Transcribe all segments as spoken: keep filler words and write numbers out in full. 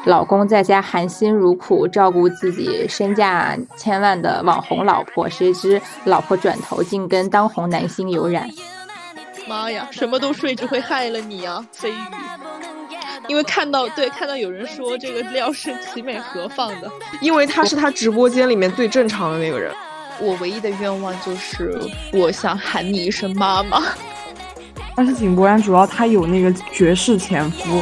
老公在家含辛茹苦照顾自己身价千万的网红老婆，谁知老婆转头竟跟当红男星有染。 妈呀，什么都睡只会害了你啊，飞宇！因为看到对看到有人说这个料是齐美和放的， 因为他是他直播间里面最正常的那个人。 我唯一的愿望就是我想喊你一声妈妈。 但是井柏然主要他有那个绝世前夫。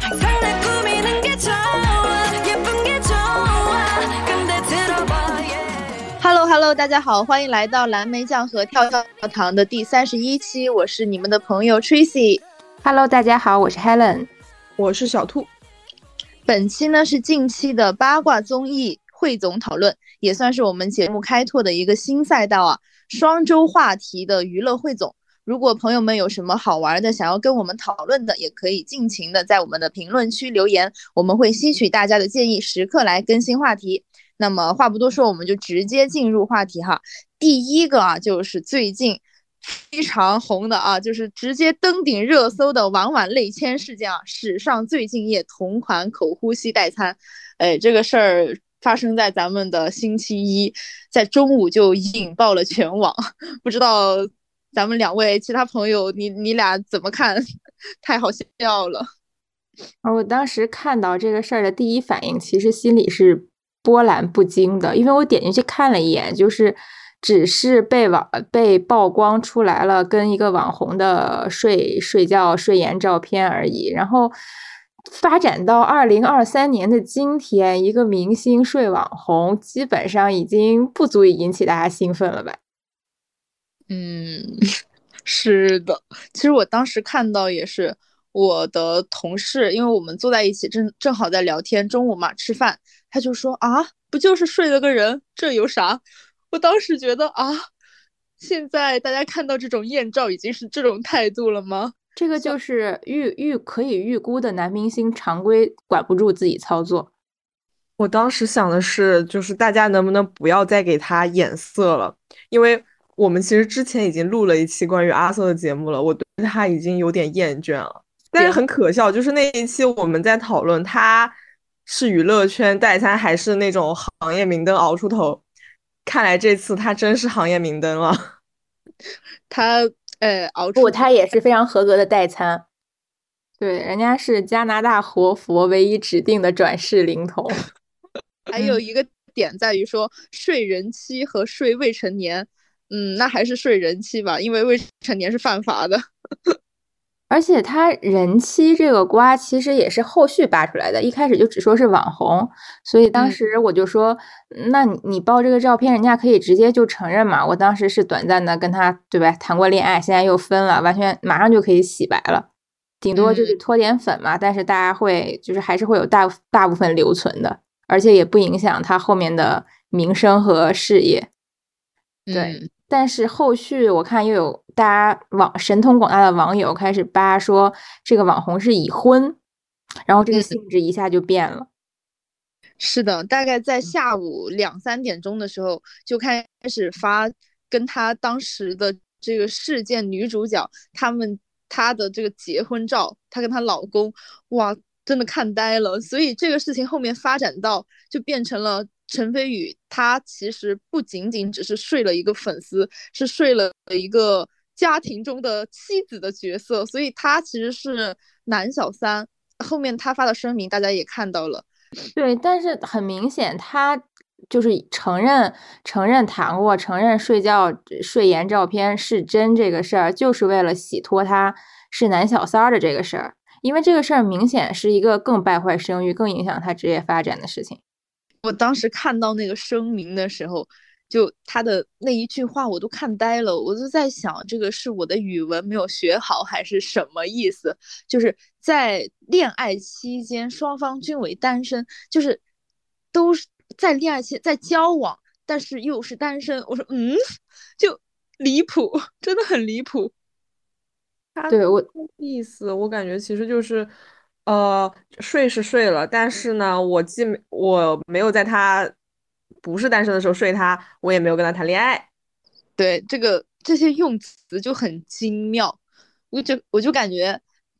Hello Hello， 大家好，欢迎来到蓝莓酱和跳跳糖的第三十一期，我是你们的朋友 Tracy。Hello， 大家好，我是 Helen， 我是小兔。 本期呢是近期的八卦综艺汇总讨论，也算是我们节目开拓的一个新赛道啊，双周话题的娱乐汇总。如果朋友们有什么好玩的想要跟我们讨论的，也可以尽情的在我们的评论区留言，我们会吸取大家的建议，时刻来更新话题。那么话不多说，我们就直接进入话题哈。第一个啊，就是最近非常红的啊，就是直接登顶热搜的婉婉泪签事件啊，史上最敬业同款口呼吸代餐。哎，这个事儿发生在咱们的星期一，在中午就引爆了全网，不知道咱们两位其他朋友你你俩怎么看？太好笑了。 我当时看到这个事儿的第一反应，其实心里是波澜不惊的，因为我点进去看了一眼，就是只是被网被曝光出来了跟一个网红的睡睡觉睡颜照片而已，然后发展到二零二三年的今天，一个明星睡网红基本上已经不足以引起大家兴奋了吧。 嗯，是的，其实我当时看到也是我的同事，因为我们坐在一起正正好在聊天，中午嘛吃饭，他就说啊，不就是睡了个人，这有啥？我当时觉得啊，现在大家看到这种艳照已经是这种态度了吗？ 这个就是预预可以预估的男明星常规管不住自己操作。 我当时想的是，就是大家能不能不要再给他眼色了，因为我们其实之前已经录了一期关于阿瑟的节目了，我对他已经有点厌倦了。但是很可笑，就是那一期我们在讨论他是娱乐圈代餐还是那种行业明灯熬出头，看来这次他真是行业明灯了。 他呃熬出不，他也是非常合格的代餐。对，人家是加拿大活佛唯一指定的转世灵童。 还有一个点在于说，睡人妻和睡未成年，嗯，那还是睡人妻吧，因为未成年是犯法的。 而且他人妻这个瓜其实也是后续扒出来的，一开始就只说是网红，所以当时我就说，嗯、那你你爆这个照片，人家可以直接就承认嘛。我当时是短暂的跟他对吧谈过恋爱，现在又分了，完全马上就可以洗白了，顶多就是脱点粉嘛。嗯、但是大家会就是还是会有大大部分留存的，而且也不影响他后面的名声和事业。对。嗯，但是后续我看又有大家网神通广大的网友开始扒说这个网红是已婚，然后这个性质一下就变了。 是的，大概在下午两三点钟的时候就开始发跟他当时的这个事件女主角他们她的这个结婚照，她跟她老公，哇，真的看呆了。所以这个事情后面发展到就变成了陈飞宇他其实不仅仅只是睡了一个粉丝，是睡了一个家庭中的妻子的角色，所以他其实是男小三。后面他发的声明大家也看到了。 对，但是很明显他就是承认承认谈过，承认睡觉睡颜照片是真这个事儿，就是为了洗脱他是男小三的这个事儿，因为这个事儿明显是一个更败坏声誉更影响他职业发展的事情。 我当时看到那个声明的时候，就他的那一句话我都看呆了，我就在想这个是我的语文没有学好还是什么意思，就是在恋爱期间双方均为单身，就是都是在恋爱期在交往但是又是单身，我说嗯，就离谱，真的很离谱。 对，我意思我感觉其实就是呃睡是睡了，但是呢我既没我没有在他不是单身的时候睡他，我也没有跟他谈恋爱。 对，这个这些用词就很精妙，我就我就感觉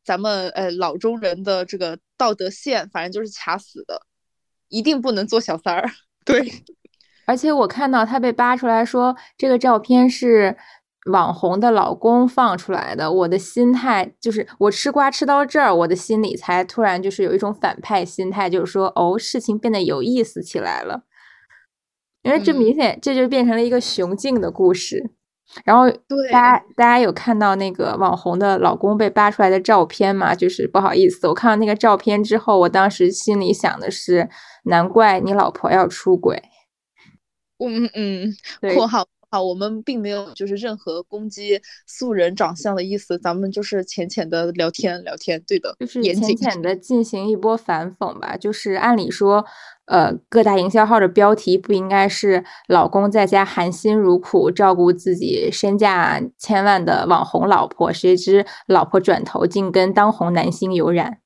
咱们呃老中人的这个道德线，反正就是卡死的，一定不能做小三儿。对， 而且我看到他被扒出来说这个照片是网红的老公放出来的，我的心态就是我吃瓜吃到这儿，我的心里才突然就是有一种反派心态，就是说哦，事情变得有意思起来了，因为这明显、嗯、这就变成了一个雄竞的故事。然后大家大家有看到那个网红的老公被扒出来的照片吗？就是不好意思，我看到那个照片之后，我当时心里想的是，难怪你老婆要出轨。 嗯嗯，括号好，我们并没有就是任何攻击素人长相的意思，咱们就是浅浅的聊天聊天，对的， 就是浅浅的进行一波反讽吧。就是按理说，呃，各大营销号的标题不应该是老公在家含辛茹苦照顾自己身价千万的网红老婆，谁知老婆转头竟跟当红男星有染。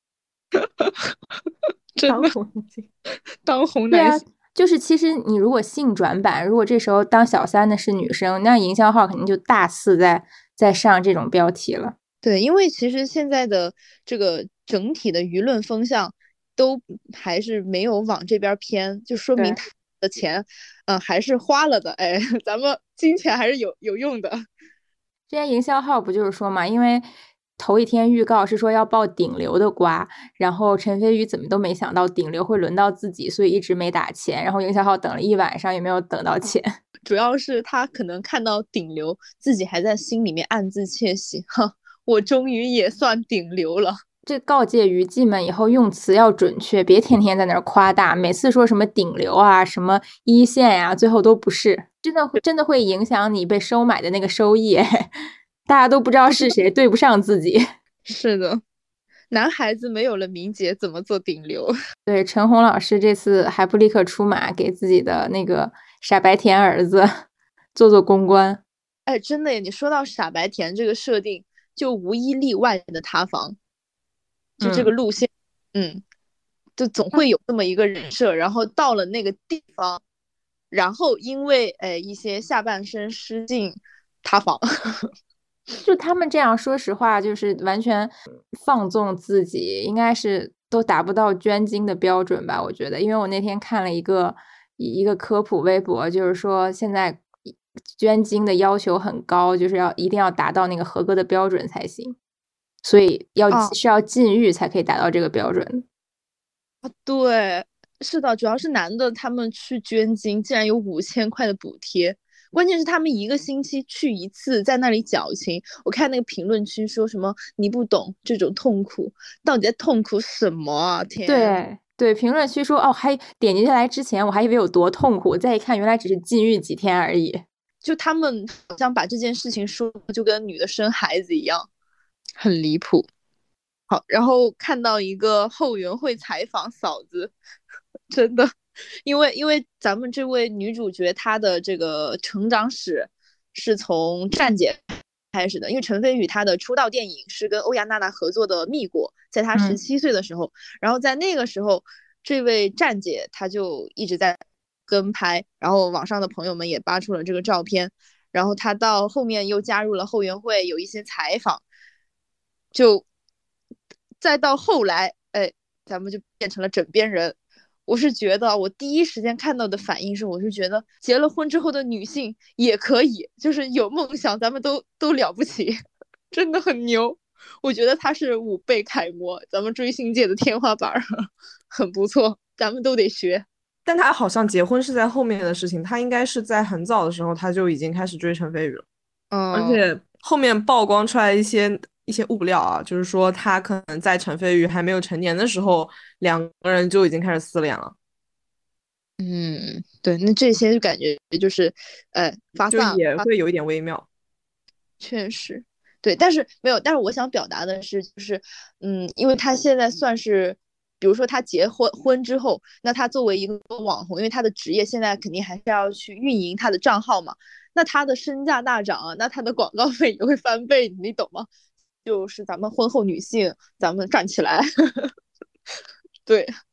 真的，当红男星。 就是其实你如果性转版，如果这时候当小三的是女生，那营销号肯定就大肆在在上这种标题了。 对，因为其实现在的这个整体的舆论风向都还是没有往这边偏，就说明他的钱嗯、呃、还是花了的。哎，咱们金钱还是有有用的。 这些营销号不就是说嘛，因为头一天预告是说要爆顶流的瓜，然后陈飞宇怎么都没想到顶流会轮到自己，所以一直没打钱，然后营销号等了一晚上也没有等到钱。 主要是他可能看到顶流，自己还在心里面暗自窃喜，哼，我终于也算顶流了。 这告诫娱记们以后用词要准确，别天天在那儿夸大，每次说什么顶流啊什么一线呀、啊、最后都不是，真的真的会影响你被收买的那个收益。大家都不知道是谁，对不上自己。 是的，男孩子没有了名节，怎么做顶流？ 对，陈红老师这次还不立刻出马，给自己的那个傻白甜儿子做做公关。 哎，真的耶！你说到傻白甜这个设定，就无一例外的塌房，就这个路线，嗯，嗯就总会有这么一个人设，然后到了那个地方，然后因为哎一些下半身失禁塌房。 就他们这样，说实话，就是完全放纵自己，应该是都达不到捐精的标准吧？我觉得，因为我那天看了一个一个科普微博，就是说现在捐精的要求很高，就是要一定要达到那个合格的标准才行，所以要、哦、是要禁欲才可以达到这个标准。 啊，对，是的，主要是男的他们去捐精，竟然有五千块的补贴。关键是他们一个星期去一次，在那里矫情。我看那个评论区说什么你不懂这种痛苦，到底在痛苦什么啊？天！ 对对，评论区说哦，还点进下来之前我还以为有多痛苦，再一看原来只是禁欲几天而已。 就他们好像把这件事情说就跟女的生孩子一样，很离谱。好，然后看到一个后援会采访嫂子，真的。因为因为咱们这位女主角她的这个成长史是从站姐开始的，因为陈飞宇她的出道电影是跟欧阳娜娜合作的《蜜果》，在她十七岁的时候、嗯、然后在那个时候这位站姐她就一直在跟拍，然后网上的朋友们也扒出了这个照片，然后她到后面又加入了后援会，有一些采访，就再到后来哎，咱们就变成了枕边人。我是觉得我第一时间看到的反应是，我是觉得结了婚之后的女性也可以，就是有梦想咱们都都了不起，真的很牛。我觉得他是五倍楷模，咱们追星界的天花板，很不错，咱们都得学。 但他好像结婚是在后面的事情，他应该是在很早的时候他就已经开始追陈飞宇了、嗯、而且后面曝光出来一些一些物料啊，就是说他可能在陈飞宇还没有成年的时候，两个人就已经开始撕脸了。 嗯，对，那这些就感觉就是呃发散， 就也会有一点微妙。 确实，对，但是没有，但是我想表达的是，就是嗯，因为他现在算是，比如说他结婚婚之后，那他作为一个网红，因为他的职业现在肯定还是要去运营他的账号嘛，那他的身价大涨啊，那他的广告费也会翻倍，你懂吗？就是咱们婚后女性，咱们站起来。对，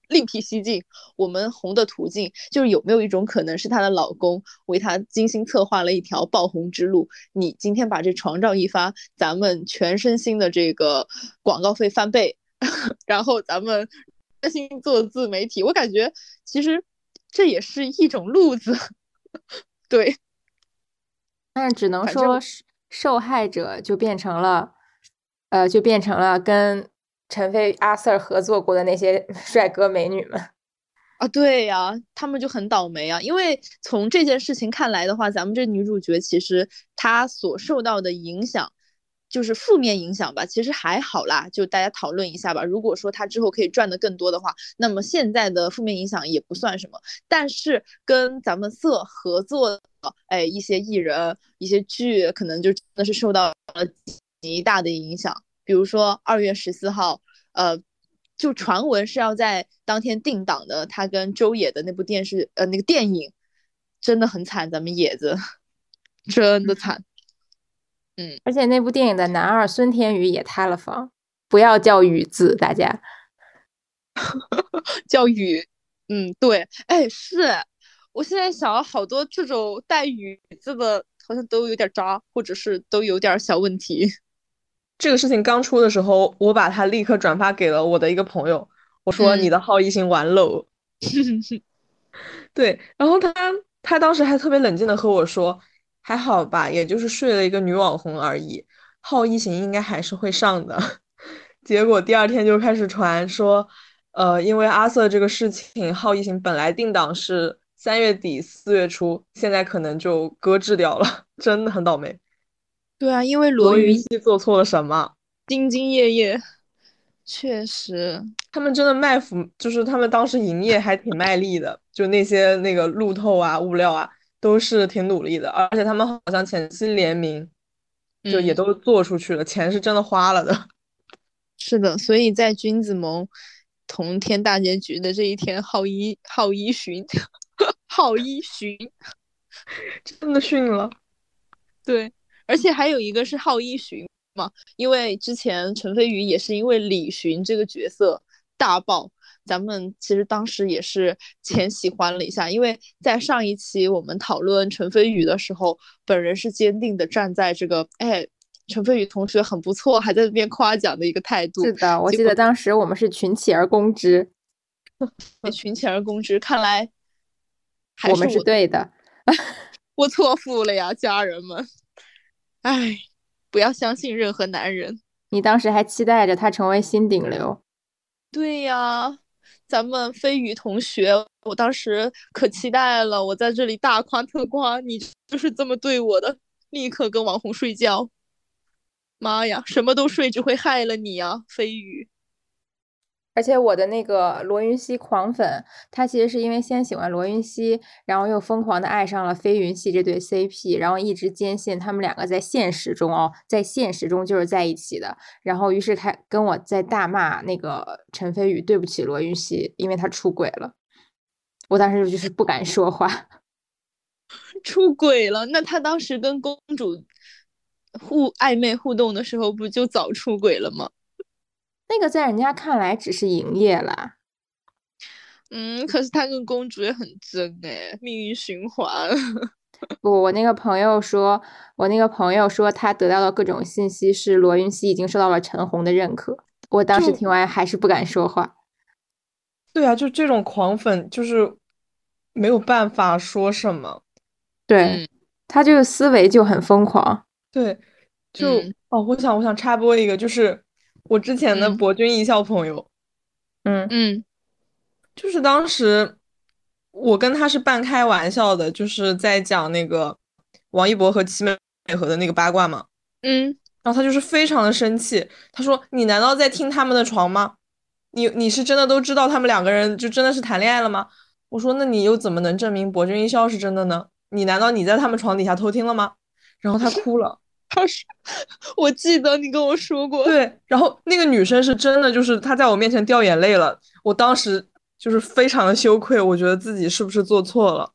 另辟蹊径，我们红的途径就是有没有一种可能是她的老公为她精心策划了一条爆红之路？你今天把这床照一发，咱们全身心的这个广告费翻倍，然后咱们专心做自媒体。我感觉其实这也是一种路子，对。 但是只能说受害者就变成了，呃，就变成了跟陈飞阿 Sir 合作过的那些帅哥美女们啊，对呀，他们就很倒霉啊。因为从这件事情看来的话，咱们这女主角其实她所受到的影响，就是负面影响吧，其实还好啦。就大家讨论一下吧。如果说她之后可以赚得更多的话，那么现在的负面影响也不算什么。但是跟咱们色合作的，哎，一些艺人、一些剧，可能就真的是受到了极大的影响。比如说二月十四号，呃。就传闻是要在当天定档的，他跟周也的那部电视呃那个电影真的很惨，咱们野子真的惨。嗯， 而且那部电影的男二孙天宇也塌了房，不要叫宇字，大家叫宇。嗯，对，哎，是我现在想了好多这种带宇字的，好像都有点渣，或者是都有点小问题。 这个事情刚出的时候，我把它立刻转发给了我的一个朋友，我说你的号一星完喽。嗯、对，然后他他当时还特别冷静的和我说，还好吧，也就是睡了一个女网红而已，号一星应该还是会上的。结果第二天就开始传说，呃，因为阿瑟这个事情，号一星本来定档是三月底四月初，现在可能就搁置掉了，真的很倒霉。 对啊，因为罗云熙做错了什么？ 兢兢业业，确实， 他们真的卖腐，就是他们当时营业还挺卖力的，就那些那个路透啊、物料啊，都是挺努力的，而且他们好像前期联名，就也都做出去了，嗯、钱是真的花了的。 是的，所以在君子盟同天大结局的这一天，浩一浩一巡，浩一巡， 真的逊了。 对。而且还有一个是浩一巡嘛，因为之前陈飞宇也是因为李寻这个角色大爆，咱们其实当时也是浅喜欢了一下，因为在上一期我们讨论陈飞宇的时候，本人是坚定的站在这个哎陈飞宇同学很不错，还在那边夸奖的一个态度。 是的，我记得当时我们是群起而攻之， 群起而攻之，看来还是我, 我们是对的。 我错付了呀，家人们。唉，不要相信任何男人。 你当时还期待着他成为新顶流。 对呀，咱们飞宇同学，我当时可期待了，我在这里大夸特夸，你就是这么对我的，立刻跟网红睡觉。妈呀，什么都睡只会害了你啊，飞宇。 而且我的那个罗云熙狂粉，他其实是因为先喜欢罗云熙，然后又疯狂的爱上了飞云系这对 C P， 然后一直坚信他们两个在现实中哦，在现实中就是在一起的，然后于是开跟我在大骂那个陈飞宇对不起罗云熙，因为他出轨了。我当时就是不敢说话。 出轨了？那他当时跟公主互暧昧互动的时候，不就早出轨了吗？ 那个在人家看来只是营业啦。 嗯，可是他跟公主也很真哎，命运循环。 不，我那个朋友说，我那个朋友说他得到的各种信息是罗云熙已经受到了陈红的认可。我当时听完还是不敢说话。 对啊，就这种狂粉就是没有办法说什么。 对、嗯、他这个思维就很疯狂。 对，就、嗯、哦，我想我想插播一个，就是我之前的博君一笑朋友， 嗯嗯， 就是当时我跟他是半开玩笑的，就是在讲那个王一博和齐美和的那个八卦嘛， 嗯， 然后他就是非常的生气，他说：“你难道在听他们的床吗？你你是真的都知道他们两个人就真的是谈恋爱了吗？”我说：“那你又怎么能证明博君一笑是真的呢？你难道你在他们床底下偷听了吗？”然后他哭了。 他是，我记得你跟我说过。 对，然后那个女生是真的，就是她在我面前掉眼泪了。我当时就是非常的羞愧，我觉得自己是不是做错了。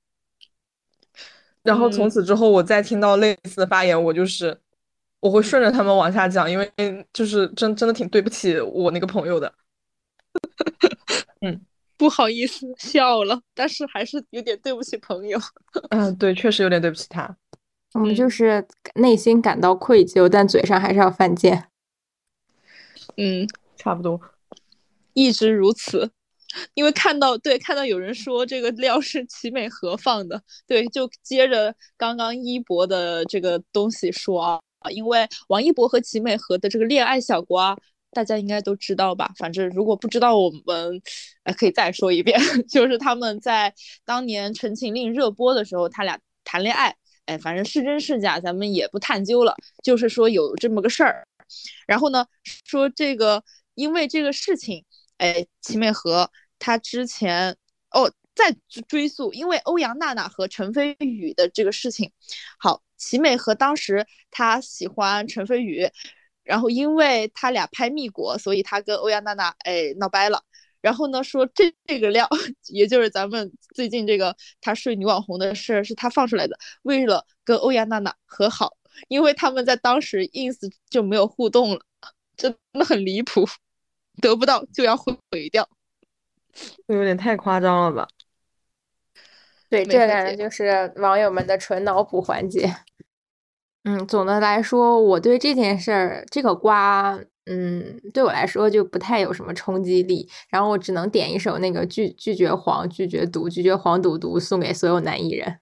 然后从此之后，我再听到类似的发言，我就是我会顺着他们往下讲，因为就是真真的挺对不起我那个朋友的。 嗯不好意思笑了，但是还是有点对不起朋友。 嗯，对，确实有点对不起他。 我们就嗯是内心感到愧疚，但嘴上还是要犯贱。 嗯， 差不多。 一直如此。因为看到对看到有人说这个料是齐美和放的，对，就接着刚刚一博的这个东西说啊，因为王一博和齐美和的这个恋爱小瓜，大家应该都知道吧？反正如果不知道，我们呃可以再说一遍，就是他们在当年《陈情令》热播的时候，他俩谈恋爱，哎，反正是真是假，咱们也不探究了，就是说有这么个事儿。然后呢，说这个因为这个事情。哎，齐美和她之前哦，再追溯，因为欧阳娜娜和陈飞宇的这个事情，好，齐美和当时她喜欢陈飞宇，然后因为他俩拍蜜果，所以她跟欧阳娜娜哎闹掰了。然后呢，说这这个料，也就是咱们最近这个他睡女网红的事，是他放出来的，为了跟欧阳娜娜和好，因为他们在当时 ins 就没有互动了，真的很离谱。得不到就要毁掉， 有点太夸张了吧？ 对，这个感觉就是网友们的纯脑补环节。嗯，总的来说，我对这件事儿，这个瓜，嗯，对我来说就不太有什么冲击力。然后我只能点一首那个拒拒绝黄、拒绝毒、拒绝黄赌毒，送给所有男艺人。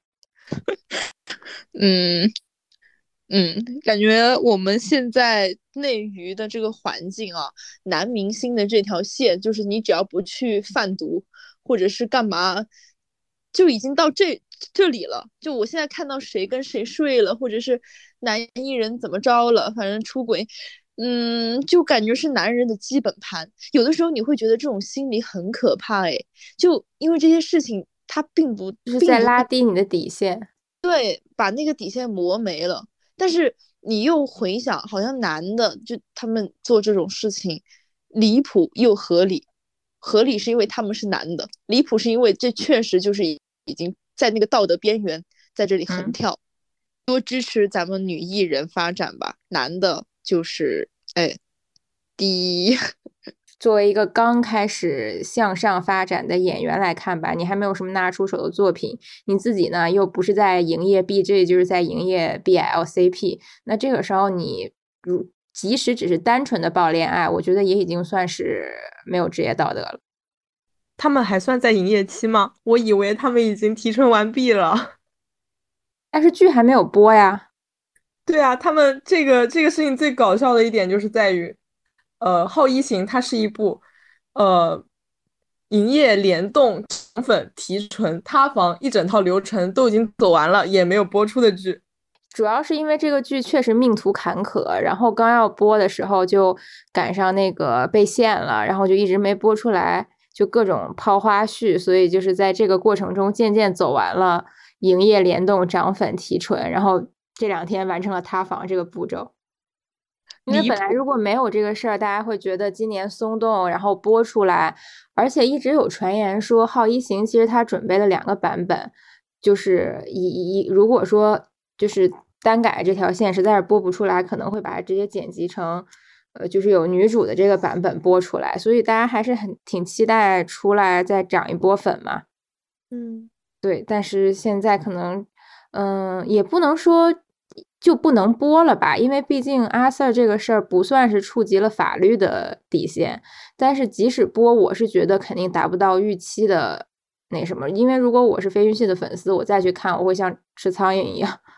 嗯嗯，感觉我们现在内娱的这个环境啊，男明星的这条线，就是你只要不去贩毒或者是干嘛，就已经到这这里了。就我现在看到谁跟谁睡了，或者是男艺人怎么着了，反正出轨，嗯，就感觉是男人的基本盘。有的时候你会觉得这种心理很可怕，哎，就因为这些事情，它并不就是在拉低你的底线， 对，把那个底线磨没了。但是你又回想，好像男的就他们做这种事情离谱又合理，合理是因为他们是男的，离谱是因为这确实就是已经在那个道德边缘，在这里横跳。嗯、多支持咱们女艺人发展吧，男的就是哎，第一。 作为一个刚开始向上发展的演员来看吧，你还没有什么拿出手的作品，你自己呢又不是在营业 B G， 就是在营业 B L C P， 那这个时候你如即使只是单纯的爆恋爱，我觉得也已经算是没有职业道德了。 他们还算在营业期吗？我以为他们已经提纯完毕了。 但是剧还没有播呀。 对啊，他们这个这个事情最搞笑的一点就是在于。呃，《好一行》它是一部，呃，营业联动、涨粉、提纯、塌房一整套流程都已经走完了，也没有播出的剧。 主要是因为这个剧确实命途坎坷，然后刚要播的时候就赶上那个被限了，然后就一直没播出来，就各种抛花絮，所以就是在这个过程中渐渐走完了营业联动、涨粉、提纯，然后这两天完成了塌房这个步骤。因为本来如果没有这个事儿，大家会觉得今年松动，然后播出来，而且一直有传言说《好一行》其实他准备了两个版本，就是一一如果说就是单改这条线实在是播不出来，可能会把它直接剪辑成，呃，就是有女主的这个版本播出来，所以大家还是很挺期待出来再涨一波粉嘛。 嗯， 对，但是现在可能，嗯，也不能说。就不能播了吧，因为毕竟阿 Sir 这个事儿不算是触及了法律的底线，但是即使播，我是觉得肯定达不到预期的那什么，因为如果我是飞云系的粉丝，我再去看，我会像吃苍蝇一样。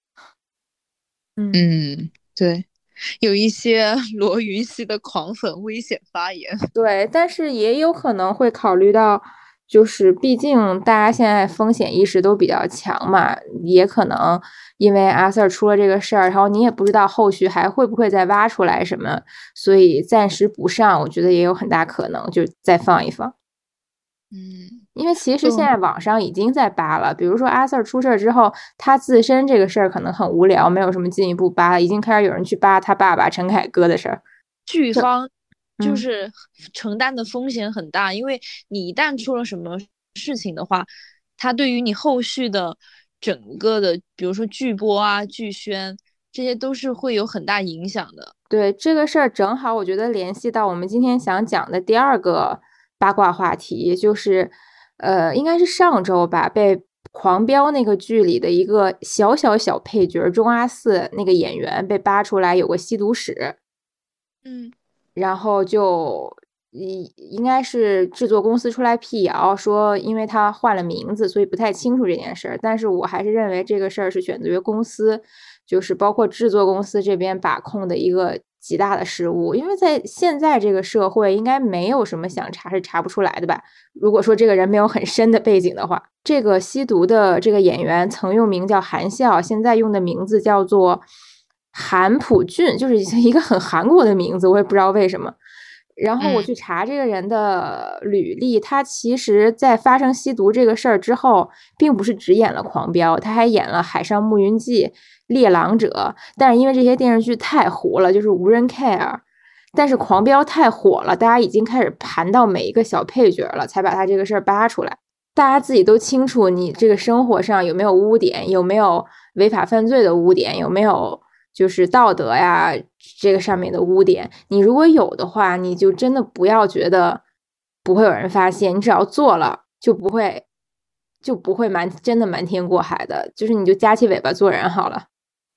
嗯，对，有一些罗云系的狂粉危险发言。 对，但是也有可能会考虑到。就是毕竟大家现在风险意识都比较强嘛，也可能因为阿 Sir 出了这个事儿，然后你也不知道后续还会不会再挖出来什么，所以暂时不上，我觉得也有很大可能就再放一放。 嗯， 因为其实现在网上已经在扒了，比如说阿 Sir 出事儿之后，他自身这个事儿可能很无聊，没有什么进一步扒，已经开始有人去扒他爸爸陈凯歌的事儿。 剧方。就是承担的风险很大，嗯、因为你一旦出了什么事情的话，它对于你后续的整个的，比如说剧播啊、剧宣，这些都是会有很大影响的。 对这个事儿，正好我觉得联系到我们今天想讲的第二个八卦话题，就是呃，应该是上周吧，被狂飙那个剧里的一个小小小配角钟阿四那个演员被扒出来有个吸毒史， 嗯， 然后就应应该是制作公司出来辟谣说，因为他换了名字，所以不太清楚这件事儿。但是我还是认为这个事儿是选择于公司，就是包括制作公司这边把控的一个极大的失误。因为在现在这个社会，应该没有什么想查是查不出来的吧？如果说这个人没有很深的背景的话，这个吸毒的这个演员曾用名叫韩笑，现在用的名字叫做韩朴俊，就是一个很韩国的名字，我也不知道为什么。然后我去查这个人的履历，他其实在发生吸毒这个事儿之后，并不是只演了《狂飙》，他还演了《海上牧云记》《猎狼者》，但是因为这些电视剧太糊了，就是无人 care。但是《狂飙》太火了，大家已经开始盘到每一个小配角了，才把他这个事儿扒出来。大家自己都清楚，你这个生活上有没有污点，有没有违法犯罪的污点，有没有就是道德呀这个上面的污点，你如果有的话，你就真的不要觉得不会有人发现，你只要做了就不会就不会瞒真的瞒天过海的，就是你就夹起尾巴做人好了。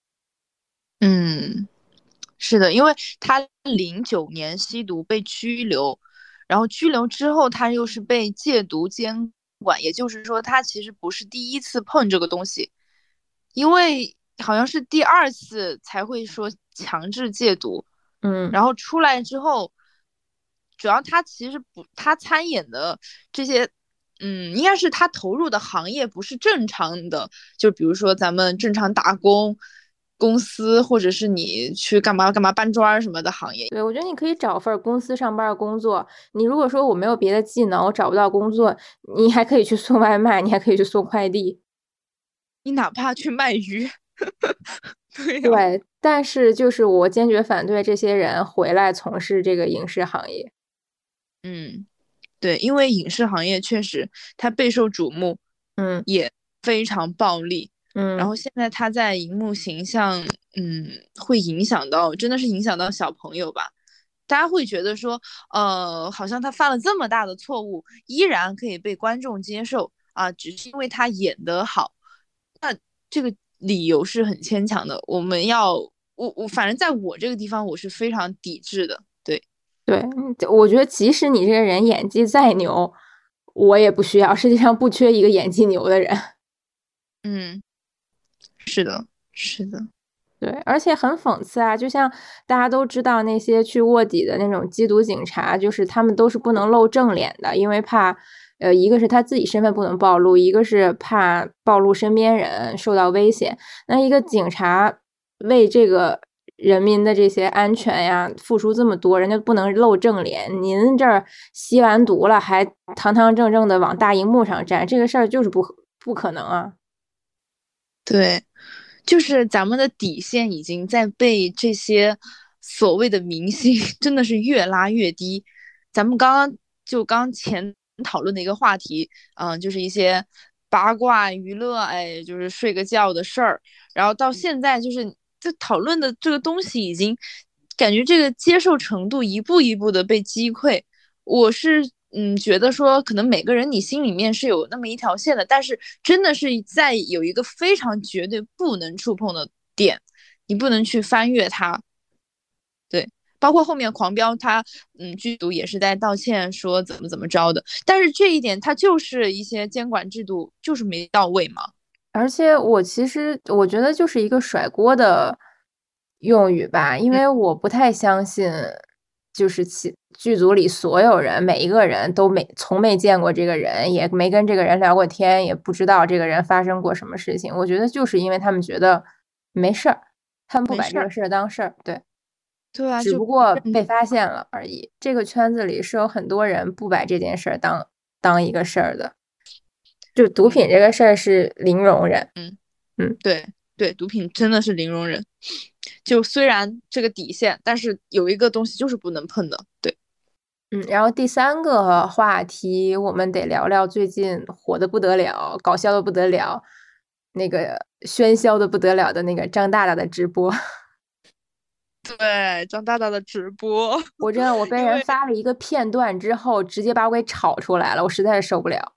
嗯，是的，因为他零九年吸毒被拘留，然后拘留之后他又是被戒毒监管，也就是说他其实不是第一次碰这个东西，因为好像是第二次才会说强制戒毒， 嗯， 然后出来之后，主要他其实不，他参演的这些，嗯，应该是他投入的行业不是正常的，就比如说咱们正常打工。公司或者是你去干嘛干嘛搬砖什么的行业， 对，我觉得你可以找份公司上班的工作。你如果说我没有别的技能，我找不到工作，你还可以去送外卖，你还可以去送快递， 你哪怕去卖鱼，对呀、 对。但是就是我坚决反对这些人回来从事这个影视行业。 嗯，对，因为影视行业确实它备受瞩目， 嗯， 也非常暴力。 嗯， 然后现在他在荧幕形象，嗯，会影响到，真的是影响到小朋友吧。大家会觉得说，呃，好像他犯了这么大的错误，依然可以被观众接受啊，只是因为他演得好。那这个理由是很牵强的。我们要，我我反正在我这个地方，我是非常抵制的。对对，我觉得即使你这个人演技再牛，我也不需要。世界上不缺一个演技牛的人。 嗯，是的，是的。 对，而且很讽刺啊，就像大家都知道那些去卧底的那种缉毒警察，就是他们都是不能露正脸的，因为怕，呃，一个是他自己身份不能暴露，一个是怕暴露身边人受到危险。那一个警察为这个人民的这些安全呀付出这么多，人家不能露正脸，您这儿吸完毒了还堂堂正正的往大荧幕上站，这个事儿就是不不可能啊。 对。就是咱们的底线已经在被这些所谓的明星真的是越拉越低。咱们刚刚就刚前讨论的一个话题，嗯，就是一些八卦娱乐，哎，就是睡个觉的事儿，然后到现在就是这讨论的这个东西已经感觉这个接受程度一步一步的被击溃。我是嗯，觉得说可能每个人你心里面是有那么一条线的，但是真的是在有一个非常绝对不能触碰的点，你不能去翻越它。对，包括后面狂飙他，嗯，剧组也是在道歉说怎么怎么着的，但是这一点它就是一些监管制度就是没到位嘛。 而且我其实我觉得就是一个甩锅的用语吧，因为我不太相信，就是其剧组里所有人每一个人都没从没见过这个人，也没跟这个人聊过天，也不知道这个人发生过什么事情。我觉得就是因为他们觉得没事儿，他们不把这个事儿当事儿，对， 对啊， 只不过被发现了而已。这个圈子里是有很多人不把这件事儿当当一个事儿的。就毒品这个事儿是零容忍， 嗯嗯， 对对，毒品真的是零容忍。就虽然这个底线，但是有一个东西就是不能碰的，对。 嗯，然后第三个话题，我们得聊聊最近火的不得了、搞笑的不得了、那个喧嚣的不得了的那个张大大的直播。 对，张大大的直播， 我真的我被人因为发了一个片段之后，直接把我给炒出来了，我实在是受不了。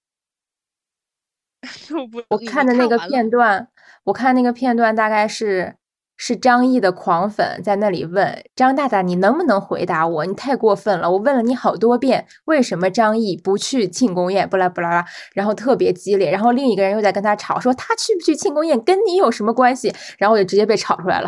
我不， 我你你看的那个看完了？ 片段，我看那个片段大概是是张译的狂粉在那里问张大大，你能不能回答我？你太过分了，我问了你好多遍，为什么张译不去庆功宴？不啦不啦啦，然后特别激烈，然后另一个人又在跟他吵，说他去不去庆功宴跟你有什么关系？然后我就直接被炒出来了。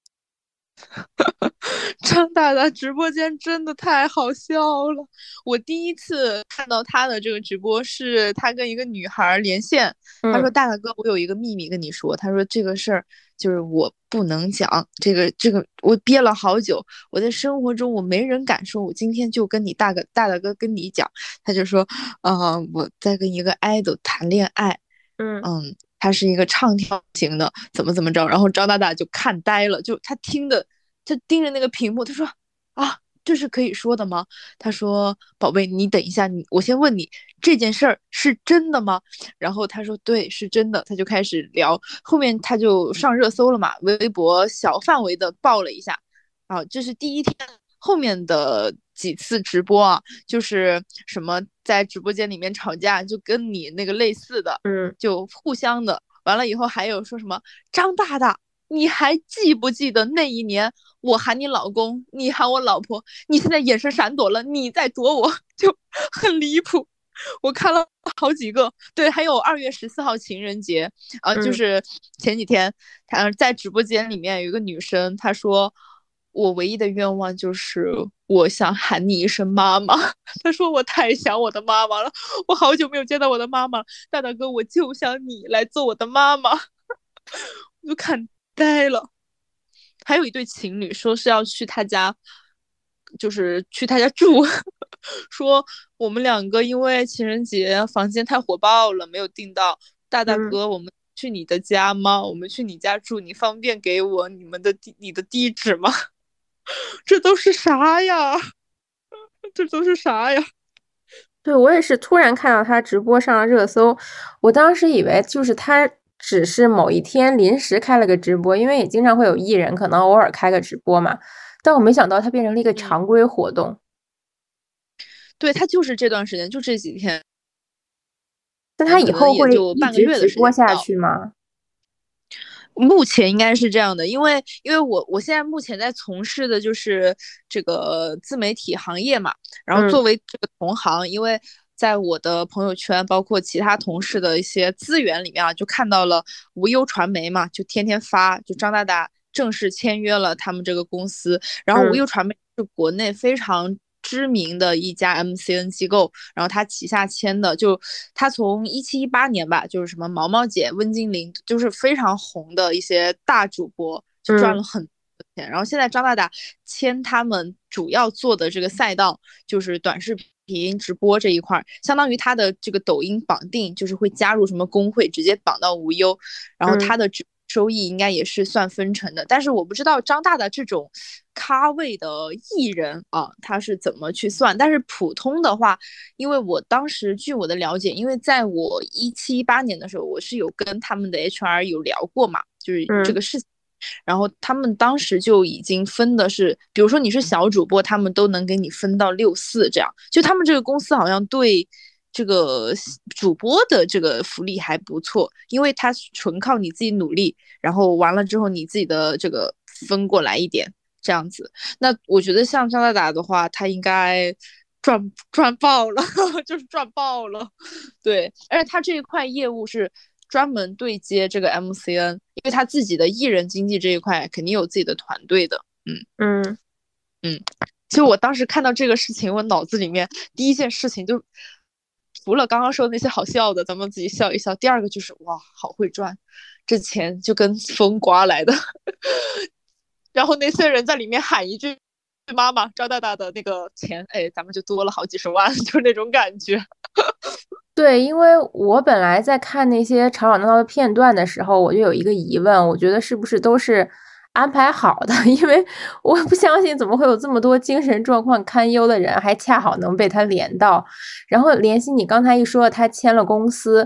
张大大直播间真的太好笑了！我第一次看到他的这个直播是他跟一个女孩连线，他说： 嗯大大哥，我有一个秘密跟你说。他说这个事儿就是我不能讲，这个这个我憋了好久，我在生活中我没人敢说，我今天就跟你大哥大大哥跟你讲。他就说，呃，我在跟一个 idol 谈恋爱， 嗯嗯，他是一个唱跳型的，怎么怎么着，然后张大大就看呆了，就他听的，他盯着那个屏幕，他说啊，这是可以说的吗？他说宝贝，你等一下，你我先问你这件事儿是真的吗？然后他说对，是真的，他就开始聊，后面他就上热搜了嘛，微博小范围的爆了一下，啊，这是第一天。后面的几次直播啊，就是什么在直播间里面吵架，就跟你那个类似的， 嗯， 就互相的。完了以后还有说什么张大大，你还记不记得那一年我喊你老公，你喊我老婆，你现在眼神闪躲了，你在躲我，就很离谱。我看了好几个，对，还有二月十四号情人节，啊、呃， 嗯就是前几天，他在直播间里面有一个女生，她说。我唯一的愿望就是我想喊你一声妈妈。他说我太想我的妈妈了，我好久没有见到我的妈妈了，大大哥，我就想你来做我的妈妈。我就看呆了。还有一对情侣说是要去他家，就是去他家住，说我们两个因为情人节房间太火爆了，没有订到。大大哥，我们去你的家吗？我们去你家住，你方便给我你们的地你的地址吗？这都是啥呀？这都是啥呀？ 对，我也是突然看到他直播上了热搜，我当时以为就是他只是某一天临时开了个直播，因为也经常会有艺人可能偶尔开个直播嘛，但我没想到他变成了一个常规活动。 嗯、对，他就是这段时间，就这几天。 那他以后会就半个月的直播下去吗？ 目前应该是这样的，因为因为我我现在目前在从事的就是这个自媒体行业嘛，然后作为这个同行，嗯、因为在我的朋友圈，包括其他同事的一些资源里面啊，就看到了无忧传媒嘛，就天天发，就张大大正式签约了他们这个公司，然后无忧传媒是国内非常知名的一家 M C N 机构，然后他旗下签的，就他从一七一八年吧，就是什么毛毛姐、温精灵，就是非常红的一些大主播，就赚了很多钱。嗯、然后现在张大大签他们主要做的这个赛道，就是短视频直播这一块，相当于他的这个抖音绑定，就是会加入什么工会，直接绑到无忧，然后他的直收益应该也是算分成的，但是我不知道张大大这种咖位的艺人啊，他是怎么去算？但是普通的话，因为我当时据我的了解，因为在我一七一八年的时候，我是有跟他们的 H R 有聊过嘛，就是这个事情。嗯然后他们当时就已经分的是，比如说你是小主播，他们都能给你分到六四这样。就他们这个公司好像对这个主播的这个福利还不错，因为他纯靠你自己努力，然后完了之后你自己的这个分过来一点这样子。那我觉得像张大大的话，他应该赚赚爆了，就是赚爆了。对，而且他这一块业务是专门对接这个 M C N， 因为他自己的艺人经济这一块肯定有自己的团队的。嗯嗯嗯，其实我当时看到这个事情，我脑子里面第一件事情就除了刚刚说的那些好笑的，咱们自己笑一笑。第二个就是哇，好会赚，这钱就跟风刮来的。然后那些人在里面喊一句“妈妈”，张大大的那个钱，哎，咱们就多了好几十万，就是那种感觉。 对，因为我本来在看那些吵吵闹闹的片段的时候，我就有一个疑问，我觉得是不是都是安排好的？因为我不相信怎么会有这么多精神状况堪忧的人，还恰好能被他连到。然后联系你刚才一说他签了公司，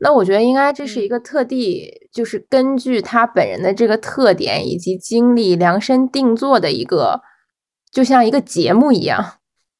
那我觉得应该这是一嗯个特地，就是根据他本人的这个特点以及经历量身定做的一个，就像一个节目一样。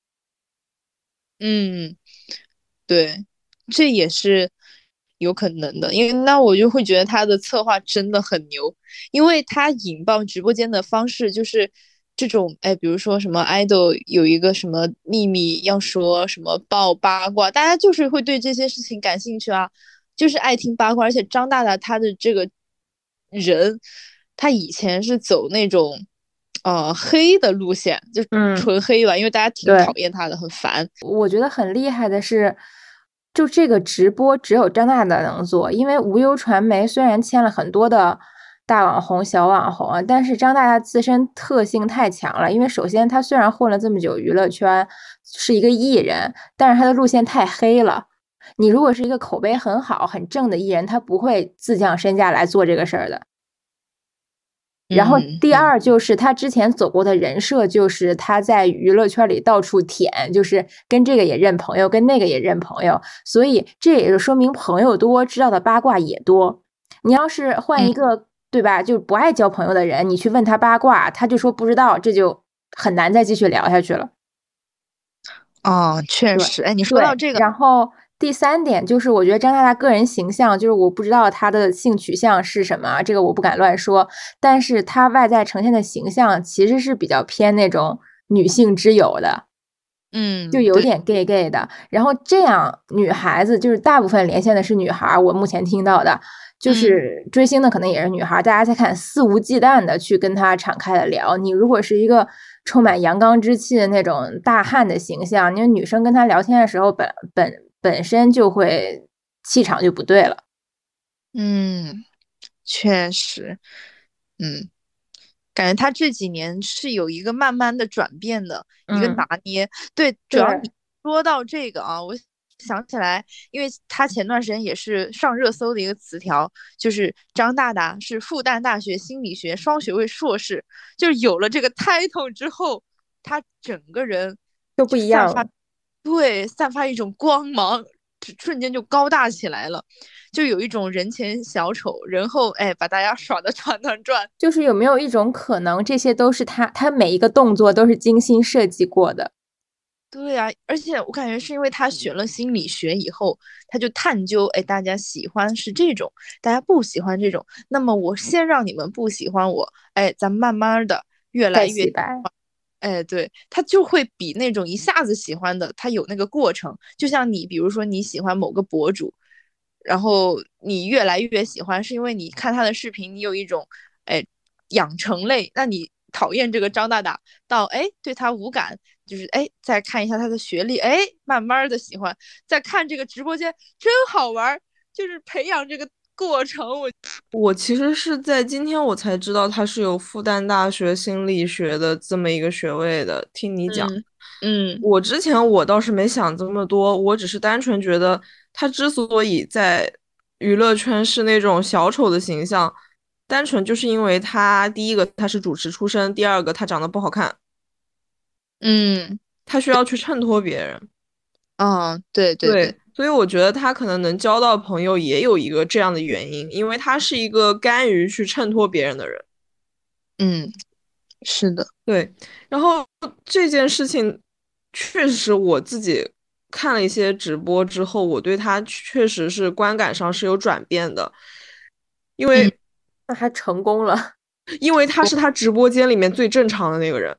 嗯，对，这也是有可能的，因为那我就会觉得他的策划真的很牛，因为他引爆直播间的方式就是这种，哎，比如说什么 idol 有一个什么秘密要说，什么爆八卦，大家就是会对这些事情感兴趣啊，就是爱听八卦，而且张大大他的这个人，他以前是走那种。呃，黑的路线就嗯， 纯黑吧，因为大家挺对讨厌他的，很烦。 我觉得很厉害的是，就这个直播只有张大大能做，因为无忧传媒虽然签了很多的大网红、小网红，但是张大大自身特性太强了。因为首先他虽然混了这么久娱乐圈，是一个艺人，但是他的路线太黑了。你如果是一个口碑很好、很正的艺人，他不会自降身价来做这个事儿的。然后第二就是他之前走过的人设，就是他在娱乐圈里到处舔，就是跟这个也认朋友，跟那个也认朋友，所以这也就说明朋友多，知道的八卦也多。你要是换一个，对吧，就不爱交朋友的人，你去问他八卦，他就说不知道，这就很难再继续聊下去了。 哦，确实，哎，你说到这个， 然后第三点就是，我觉得张大大个人形象，就是我不知道他的性取向是什么，这个我不敢乱说。但是他外在呈现的形象其实是比较偏那种女性之友的， 嗯， 就有点 gay gay 的。然后这样女孩子就是大部分连线的是女孩，我目前听到的就是追星的可能也是女孩，大家在看肆无忌惮的去跟他敞开的聊。你如果是一个充满阳刚之气的那种大汉的形象，因为女生跟他聊天的时候本本本身就会气场就不对了。 嗯，确实，嗯，感觉他这几年是有一个慢慢的转变的一个拿捏。嗯、对，主要你说到这个啊，我想起来，因为他前段时间也是上热搜的一个词条，就是张大大是复旦大学心理学双学位硕士，就是有了这个 title 之后，他整个人就不一样了。 对，散发一种光芒，瞬间就高大起来了，就有一种人前小丑，人后哎把大家耍得团团转。 就是有没有一种可能，这些都是他他每一个动作都是精心设计过的？ 对啊，而且我感觉是因为他学了心理学以后，他就探究，哎，大家喜欢是这种，大家不喜欢这种，那么我先让你们不喜欢我，哎，咱慢慢的越来越。哎，对，他就会比那种一下子喜欢的，他有那个过程。就像你，比如说你喜欢某个博主，然后你越来越喜欢，是因为你看他的视频，你有一种哎养成类。那你讨厌这个张大大，到哎对他无感，就是哎再看一下他的学历，哎慢慢的喜欢，再看这个直播间真好玩，就是培养这个过程。我我其实是在今天我才知道他是有复旦大学心理学的这么一个学位的，听你讲。 嗯，嗯我之前我倒是没想这么多，我只是单纯觉得他之所以在娱乐圈是那种小丑的形象，单纯就是因为他第一个他是主持出身，第二个他长得不好看， 嗯， 他需要去衬托别人。 嗯，对对对，所以我觉得他可能能交到朋友也有一个这样的原因，因为他是一个甘于去衬托别人的人。 嗯，是的， 对。然后这件事情确实我自己看了一些直播之后，我对他确实是观感上是有转变的，因为、 嗯、那还成功了， 因为他是他直播间里面最正常的那个人，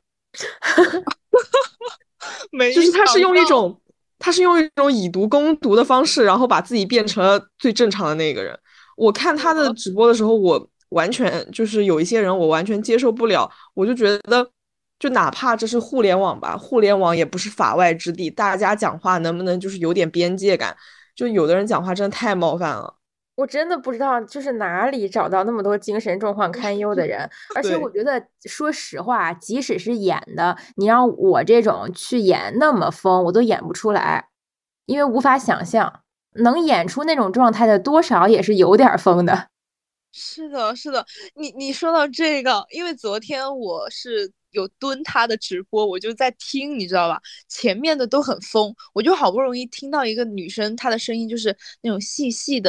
就是他是用一种。他是用一种以毒攻毒的方式，然后把自己变成了最正常的那个人。我看他的直播的时候，我完全就是有一些人我完全接受不了，我就觉得，就哪怕这是互联网吧，互联网也不是法外之地，大家讲话能不能就是有点边界感？就有的人讲话真的太冒犯了。 我真的不知道，就是哪里找到那么多精神状况堪忧的人。而且我觉得，说实话，即使是演的，你让我这种去演那么疯，我都演不出来，因为无法想象能演出那种状态的，多少也是有点疯的。 是的，是的，你你说到这个，因为昨天我是有蹲他的直播，我就在听，你知道吧？前面的都很疯，我就好不容易听到一个女生，她的声音就是那种细细的，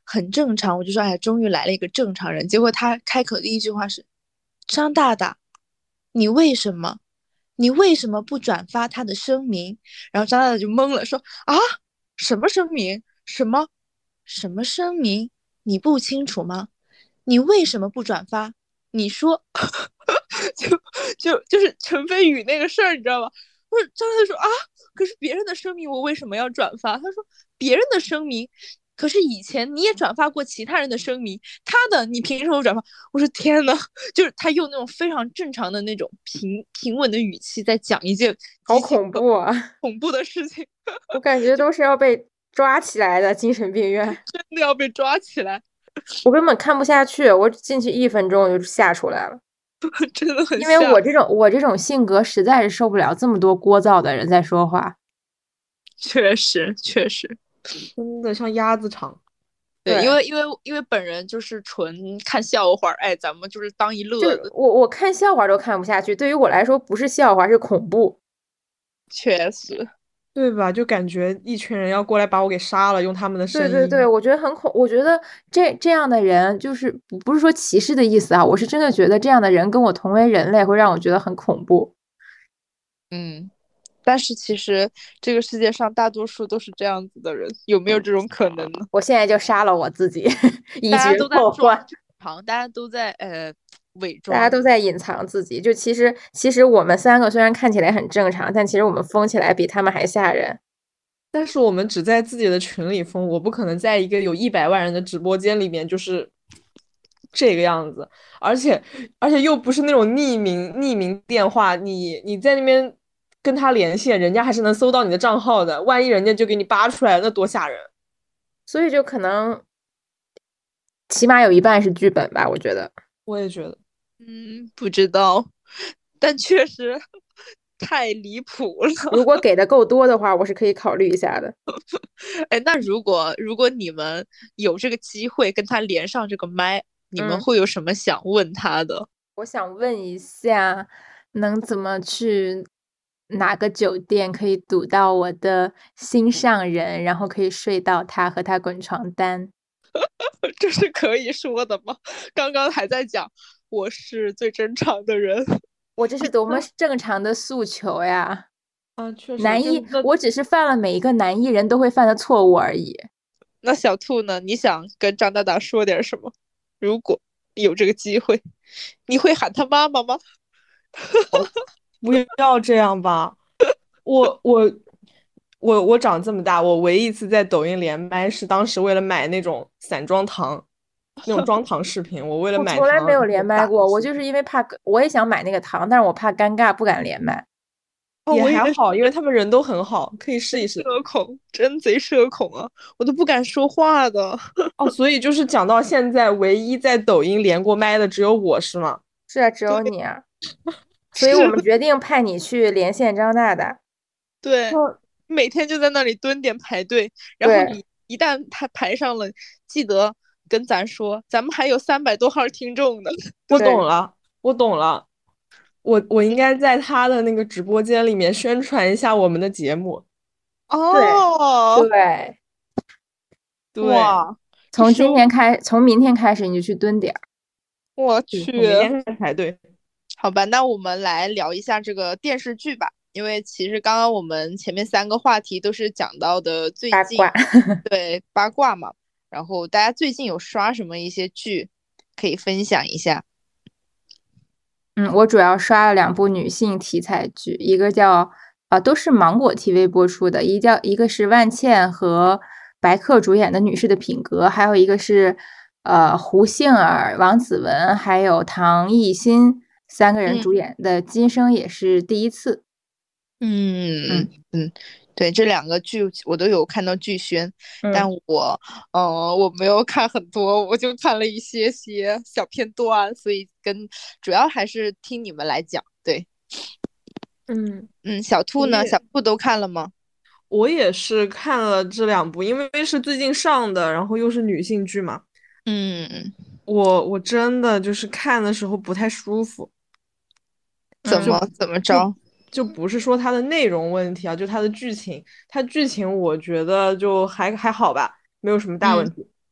很正常。我就说，哎，终于来了一个正常人。结果他开口第一句话是：张大大，你为什么？你为什么不转发他的声明？然后张大大就懵了，说啊，什么声明？什么什么声明？你不清楚吗？你为什么不转发？你说，就就就是陈飞宇那个事儿，你知道吗？我张大大说啊，可是别人的声明我为什么要转发？他说别人的声明。可是以前你也转发过其他人的声明，他的你凭什么转发？我说天呐，就是他用那种非常正常的那种平平稳的语气在讲一件好恐怖啊！ 恐怖的事情， 我感觉都是要被抓起来的精神病院， 真的要被抓起来。 我根本看不下去，我进去一分钟我就吓出来了， 真的很因为我这种我这种性格实在是受不了这么多聒噪的人在说话。 确实确实。 真的像鸭子场。 对，因为因为因为本人就是纯看笑话，哎，咱们就是当一乐子。 我我看笑话都看不下去，对于我来说不是笑话，是恐怖。 确实， 对吧？就感觉一群人要过来把我给杀了，用他们的声音。 对对对，我觉得很恐，我觉得这这样的人就是不是说歧视的意思啊，我是真的觉得这样的人跟我同为人类，会让我觉得很恐怖。 嗯。但是其实这个世界上大多数都是这样子的人，有没有这种可能呢？ 我现在就杀了我自己，以绝后患。 大家都在呃伪装， 大家都在隐藏自己。就其实其实我们三个虽然看起来很正常，但其实我们疯起来比他们还吓人。 但是我们只在自己的群里疯，我不可能在一个有一百万人的直播间里面就是这个样子，而且而且又不是那种匿名匿名电话，你你在那边跟他连线，人家还是能搜到你的账号的，万一人家就给你扒出来了，那多吓人。 所以就可能起码有一半是剧本吧，我觉得。 我也觉得。 嗯，不知道，但确实太离谱了。 如果给的够多的话，我是可以考虑一下的。 哎，那如果如果你们有这个机会跟他连上这个麦，你们会有什么想问他的？ 嗯、我想问一下，能怎么去哪个酒店可以堵到我的心上人，然后可以睡到他和他滚床单？ 这是可以说的吗？刚刚还在讲我是最正常的人， 我这是多么正常的诉求呀！ 啊，确实， 男艺，我只是犯了每一个男艺人都会犯的错误而已。 那小兔呢？你想跟张大大说点什么？如果有这个机会，你会喊他妈妈吗？ 不要这样吧，我我我我长这么大，我唯一一次在抖音连麦是当时为了买那种散装糖，那种装糖视频，我为了买糖， 我从来没有连麦过，我就是因为怕，我也想买那个糖，但是我怕尴尬，不敢连麦。 也还好，因为他们人都很好，可以试一试。 社恐，真贼社恐啊！我都不敢说话的。 哦，所以就是讲到现在，唯一在抖音连过麦的只有我是吗？ 是啊，只有你啊。所以我们决定派你去连线张大大。 对，每天就在那里蹲点排队，然后你一旦他排上了，记得跟咱说，咱们还有三百多号听众呢。 我懂了，我懂了。我我应该在他的那个直播间里面宣传一下我们的节目。 哦， 对， 对， 哇！ 从今天开，从明天开始你就去蹲点儿。 我去， 明天排队。 好吧，那我们来聊一下这个电视剧吧，因为其实刚刚我们前面三个话题都是讲到的最近八卦对八卦嘛，然后大家最近有刷什么一些剧可以分享一下？ 嗯，我主要刷了两部女性题材剧，一个叫啊、呃，都是芒果 T V 播出的，一叫一个是万茜和白客主演的《女士的品格》，还有一个是呃胡杏儿、王子文还有唐艺昕三个人主演的《今生也是第一次》。 嗯嗯嗯，对，这两个剧我都有看到剧宣， 嗯、 但我呃我没有看很多，我就看了一些些小片段，所以跟主要还是听你们来讲。对， 嗯嗯，小兔呢？小兔都看了吗？ 我也是看了这两部，因为是最近上的，然后又是女性剧嘛。 嗯， 我我真的就是看的时候不太舒服。 怎么怎么着？ 就不是说它的内容问题啊，就它的剧情，它剧情我觉得就还还好吧，没有什么大问题。 嗯、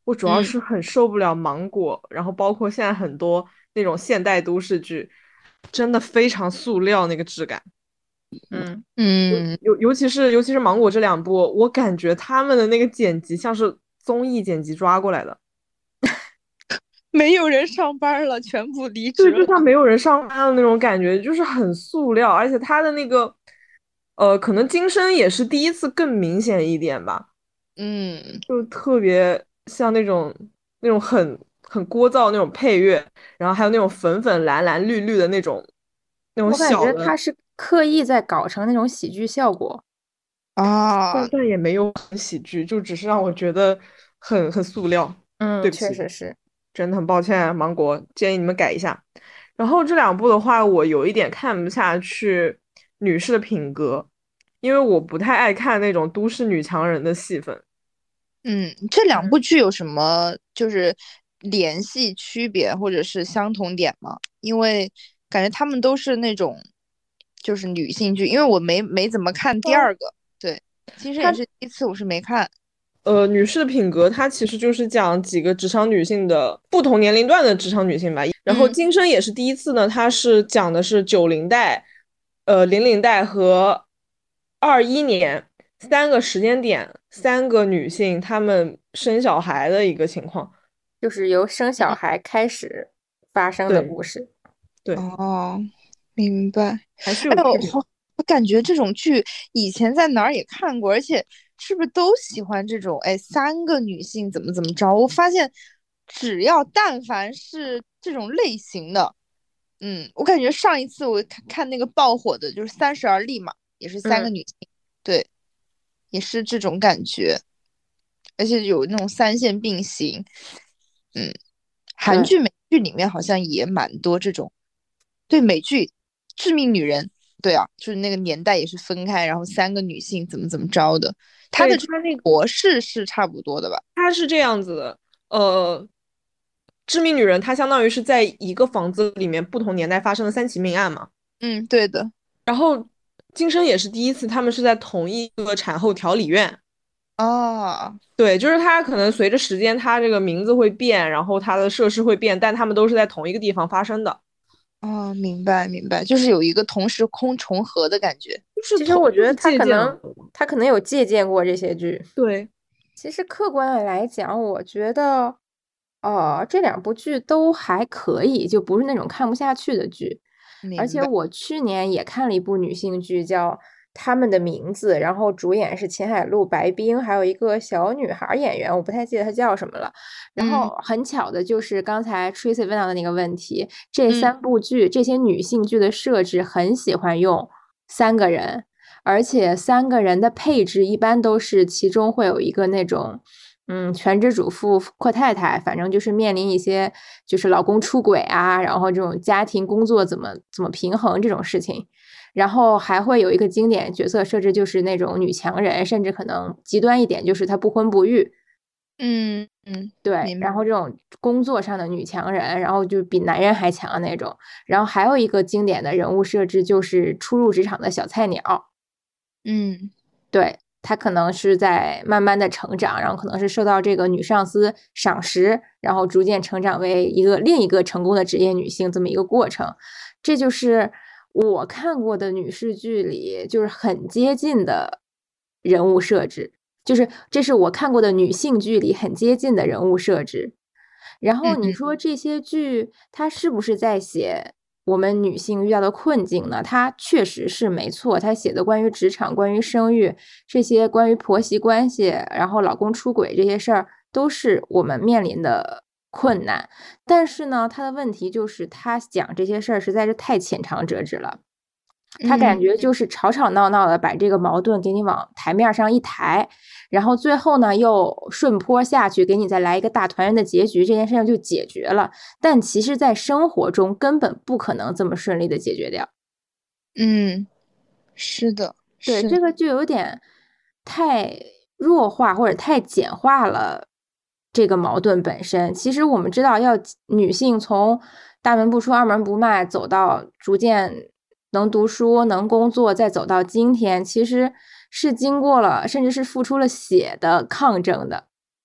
我主要嗯是很受不了芒果，然后包括现在很多那种现代都市剧，真的非常塑料那个质感。 嗯， 嗯， 尤尤其是尤其是芒果这两部，我感觉他们的那个剪辑像是综艺剪辑抓过来的。 没有人上班了，全部离职对，就了。 像没有人上班的那种感觉，就是很塑料，而且他的那个，呃，可能金声也是第一次更明显一点吧， 嗯， 就特别像那种那种很很聒噪那种配乐，然后还有那种粉粉蓝蓝绿绿的那种那种我感觉小的， 他是刻意在搞成那种喜剧效果。 啊， 但但也没有很喜剧，就只是让我觉得很很塑料。 嗯， 对不起， 确实是。 真的很抱歉，芒果，建议你们改一下。然后这两部的话，我有一点看不下去女士的品格，因为我不太爱看那种都市女强人的戏份。 嗯，这两嗯， 部剧有什么就是联系、区别或者是相同点吗？因为感觉他们都是那种就是女性剧，因为我没没怎么看第二个，对，金生也它是第一次，我是没看。 呃，女士的品格，它其实就是讲几个职场女性的不同年龄段的职场女性吧。然后嗯金生也是第一次呢，它是讲的是九零代、呃零零代和二一年三个时间点，三个女性她们生小孩的一个情况。 就是由生小孩开始发生的对故事。 对， 哦，明白。 还是有哎呦， 区别。 我我感觉这种剧以前在哪儿也看过，而且是不是都喜欢这种？哎，三个女性怎么怎么着？我发现只要但凡是这种类型的，嗯，我感觉上一次我看看那个爆火的就是《三十而立》嘛，也是三个嗯， 女性，对，也是这种感觉，而且有那种三线并行。嗯，韩对。 剧、美剧里面好像也蛮多这种。对，美剧《致命女人》，对啊，就是那个年代也是分开，然后三个女性怎么怎么着的，她的这个对他那模式是差不多的吧？ 他是这样子的，呃，致命女人她相当于是在一个房子里面不同年代发生的三起命案嘛。 嗯，对的。 然后金生也是第一次，他们是在同一个产后调理院。 哦， 对，就是他可能随着时间，他这个名字会变，然后他的设施会变，但他们都是在同一个地方发生的， 哦，明白明白，就是有一个同时空重合的感觉。 就是其实同就是我觉得他借鉴了。 可能他可能有借鉴过这些剧。 对， 其实客观的来讲，我觉得，呃，这两部剧都还可以，就不是那种看不下去的剧。而明白。 且我去年也看了一部女性剧，叫《她们的名字》，然后主演是秦海璐、白冰，还有一个小女孩演员，我不太记得她叫什么了。然嗯后很巧的就是刚才 Tracy 问到的那个问题，这嗯三部剧这些女性剧的设置很喜欢用三个人，而且三个人的配置一般都是其中会有一个那种。嗯，全职主妇、阔太太，反正就是面临一些就是老公出轨啊，然后这种家庭工作怎么怎么平衡这种事情，然后还会有一个经典角色设置，就是那种女强人，甚至可能极端一点，就是她不婚不育， 嗯嗯， 对， 明白。 然后这种工作上的女强人，然后就比男人还强的那种，然后还有一个经典的人物设置就是初入职场的小菜鸟， 嗯对，她可能是在慢慢的成长，然后可能是受到这个女上司赏识，然后逐渐成长为一个另一个成功的职业女性这么一个过程。这就是我看过的女士剧里就是很接近的人物设置，就是这是我看过的女性剧里很接近的人物设置。然后你嗯嗯说这些剧它是不是在写我们女性遇到的困境呢？它确实是没错，它写的关于职场、关于生育这些，关于婆媳关系，然后老公出轨这些事儿，都是我们面临的困难。但是呢，他的问题就是他讲这些事儿实在是太浅尝辄止了。他感嗯觉就是吵吵闹闹的把这个矛盾给你往台面上一抬，然后最后呢又顺坡下去，给你再来一个大团圆的结局，这件事情就解决了。但其实，在生活中根本不可能这么顺利的解决掉。 嗯，是的， 对， 是。 这个就有点太弱化或者太简化了这个矛盾本身。其实我们知道，要女性从大门不出二门不迈走到逐渐能读书、能工作，再走到今天，其实是经过了，甚至是付出了血的抗争的。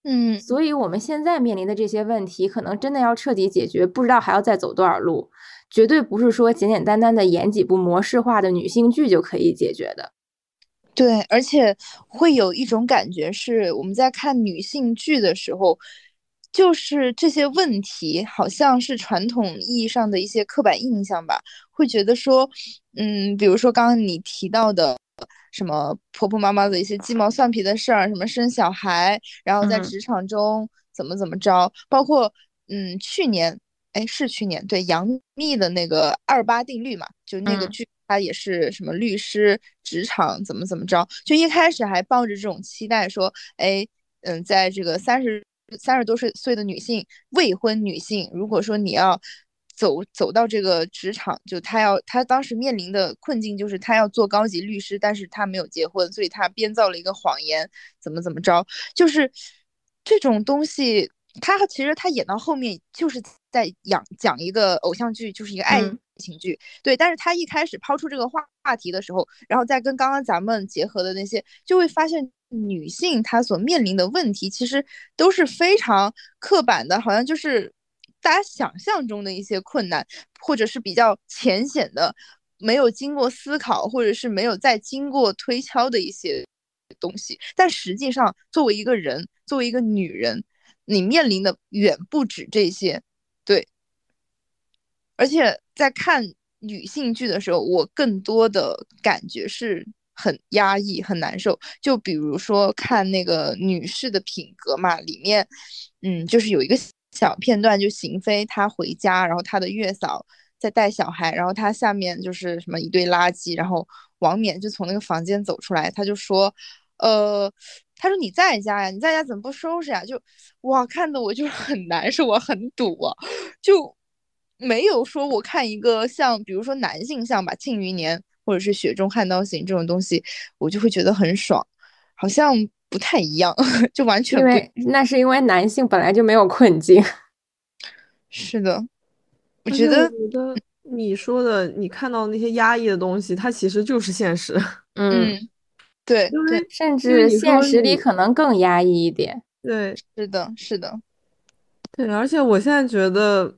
嗯， 所以我们现在面临的这些问题，可能真的要彻底解决，不知道还要再走多少路，绝对不是说简简单单的演几部模式化的女性剧就可以解决的。 对，而且会有一种感觉是，我们在看女性剧的时候，就是这些问题好像是传统意义上的一些刻板印象吧，会觉得说，嗯，比如说刚刚你提到的什么婆婆妈妈的一些鸡毛蒜皮的事儿，什么生小孩，然后在嗯职场中怎么怎么着，包括嗯去年，哎是去年对杨幂的那个二八定律嘛，就那个嗯剧。他也是什么律师，职场怎么怎么着，就一开始还抱着这种期待说，哎，嗯，在这个三十三十多岁岁的女性，未婚女性，如果说你要走走到这个职场，就她要她当时面临的困境就是她要做高级律师，但是她没有结婚，所以她编造了一个谎言，怎么怎么着，就是这种东西。他其实他演到后面就是在讲讲一个偶像剧，就是一个爱情剧，嗯、对。但是他一开始抛出这个话话题的时候，然后再跟刚刚咱们结合的那些，就会发现女性她所面临的问题其实都是非常刻板的，好像就是大家想象中的一些困难，或者是比较浅显的，没有经过思考，或者是没有再经过推敲的一些东西。但实际上，作为一个人，作为一个女人。你面临的远不止这些，对。而且在看女性剧的时候，我更多的感觉是很压抑、很难受。就比如说看那个女士的品格嘛，里面，嗯，就是有一个小片段，就邢菲她回家，然后她的月嫂在带小孩，然后她下面就是什么一堆垃圾，然后王冕就从那个房间走出来，他就说。呃，他说你在家呀，你在家怎么不收拾呀？就哇，看得我就是很难受，我很堵啊，就没有说我看一个像比如说男性像吧，《庆余年》或者是《雪中悍刀行》这种东西，我就会觉得很爽，好像不太一样，就完全不。 因为那是因为男性本来就没有困境。 是的，我觉得， 我觉得你说的，你看到那些压抑的东西，它其实就是现实。 嗯。 嗯对对， 甚至现实里可能更压抑一点。 对， 是的，是的， 对，而且我现在觉得，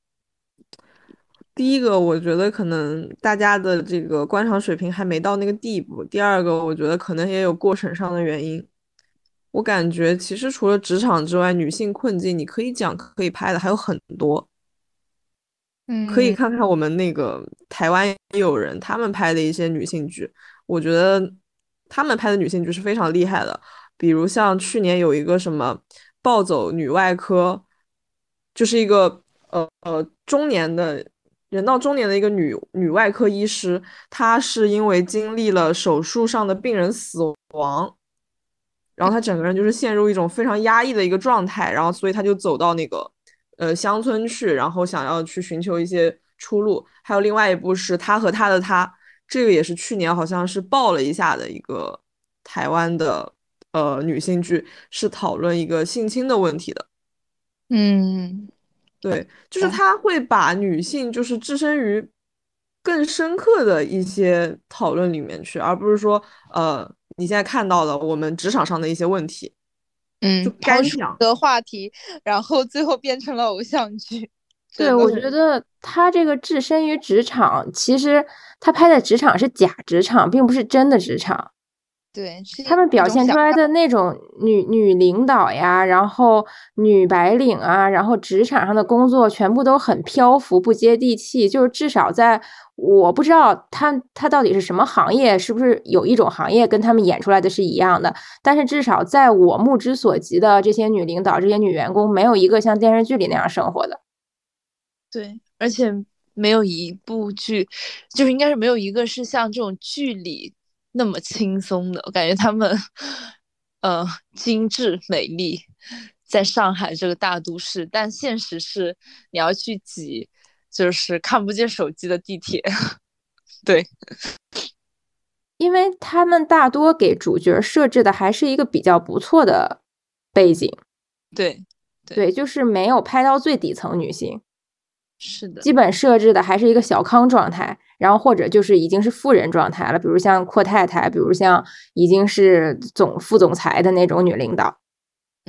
第一个，我觉得可能大家的这个观赏水平还没到那个地步；第二个，我觉得可能也有过审上的原因。我感觉其实除了职场之外，女性困境你可以讲、可以拍的还有很多。 嗯， 可以看看我们那个台湾友人他们拍的一些女性剧，我觉得他们拍的女性剧是非常厉害的。比如像去年有一个什么暴走女外科，就是一个呃呃中年的人到中年的一个女女外科医师，她是因为经历了手术上的病人死亡，然后她整个人就是陷入一种非常压抑的一个状态，然后所以她就走到那个。呃，乡村去，然后想要去寻求一些出路。还有另外一部是他和他的他，这个也是去年好像是爆了一下的一个台湾的呃女性剧，是讨论一个性侵的问题的。 嗯， 对，就是他会把女性就是置身于更深刻的一些讨论里面去，而不是说呃你现在看到了我们职场上的一些问题。 嗯， 就干讲的话题，然后最后变成了偶像剧。 对，我觉得他这个置身于职场，其实他拍的职场是假职场，并不是真的职场。 对， 他们表现出来的那种女女领导呀，然后女白领啊，然后职场上的工作全部都很漂浮，不接地气。就是至少在我不知道他他到底是什么行业，是不是有一种行业跟他们演出来的是一样的？但是至少在我目之所及的这些女领导、这些女员工，没有一个像电视剧里那样生活的。 对，而且没有一部剧，就是应该是没有一个是像这种剧里那么轻松的。我感觉他们，呃，精致美丽，在上海这个大都市，但现实是你要去挤，就是看不见手机的地铁。对， 因为他们大多给主角设置的还是一个比较不错的背景。 对，对， 对，就是没有拍到最底层女性。 是的， 基本设置的还是一个小康状态，然后或者就是已经是富人状态了，比如像阔太太，比如像已经是总副总裁的那种女领导。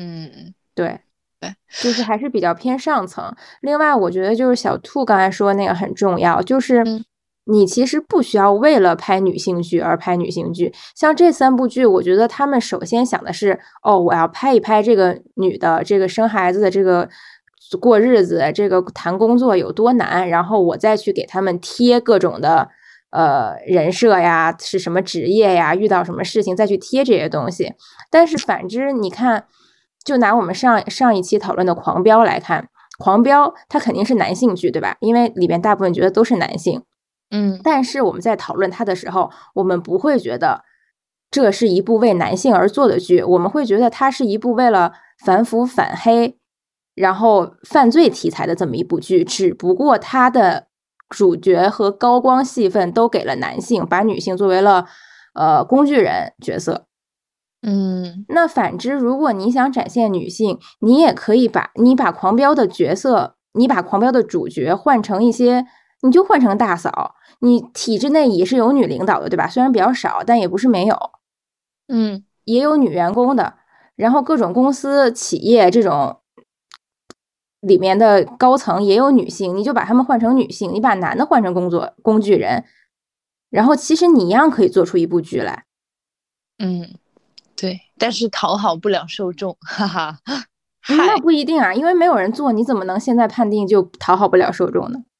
嗯， 对对， 就是还是比较偏上层。另外我觉得就是小兔刚才说那个很重要，就是嗯你其实不需要为了拍女性剧而拍女性剧。像这三部剧，我觉得他们首先想的是，哦，我要拍一拍这个女的这个生孩子的这个过日子，这个谈工作有多难，然后我再去给他们贴各种的呃人设呀，是什么职业呀，遇到什么事情再去贴这些东西。但是反之，你看，就拿我们上上一期讨论的《狂飙》来看，《狂飙》它肯定是男性剧，对吧？因为里边大部分角色都是男性。 嗯， 但是我们在讨论它的时候，我们不会觉得这是一部为男性而做的剧，我们会觉得它是一部为了反腐反黑，然后犯罪题材的这么一部剧，只不过它的主角和高光戏份都给了男性，把女性作为了呃工具人角色。 嗯， 那反之，如果你想展现女性，你也可以把你把狂飙的角色，你把狂飙的主角换成一些，你就换成大嫂，你体制内也是有女领导的，对吧？虽然比较少，但也不是没有， 嗯， 也有女员工的。然后各种公司、企业这种里面的高层也有女性，你就把她们换成女性，你把男的换成工作工具人，然后其实你一样可以做出一部剧来。 嗯，对，但是讨好不了受众，哈哈。 那不一定啊，因为没有人做，你怎么能现在判定就讨好不了受众呢？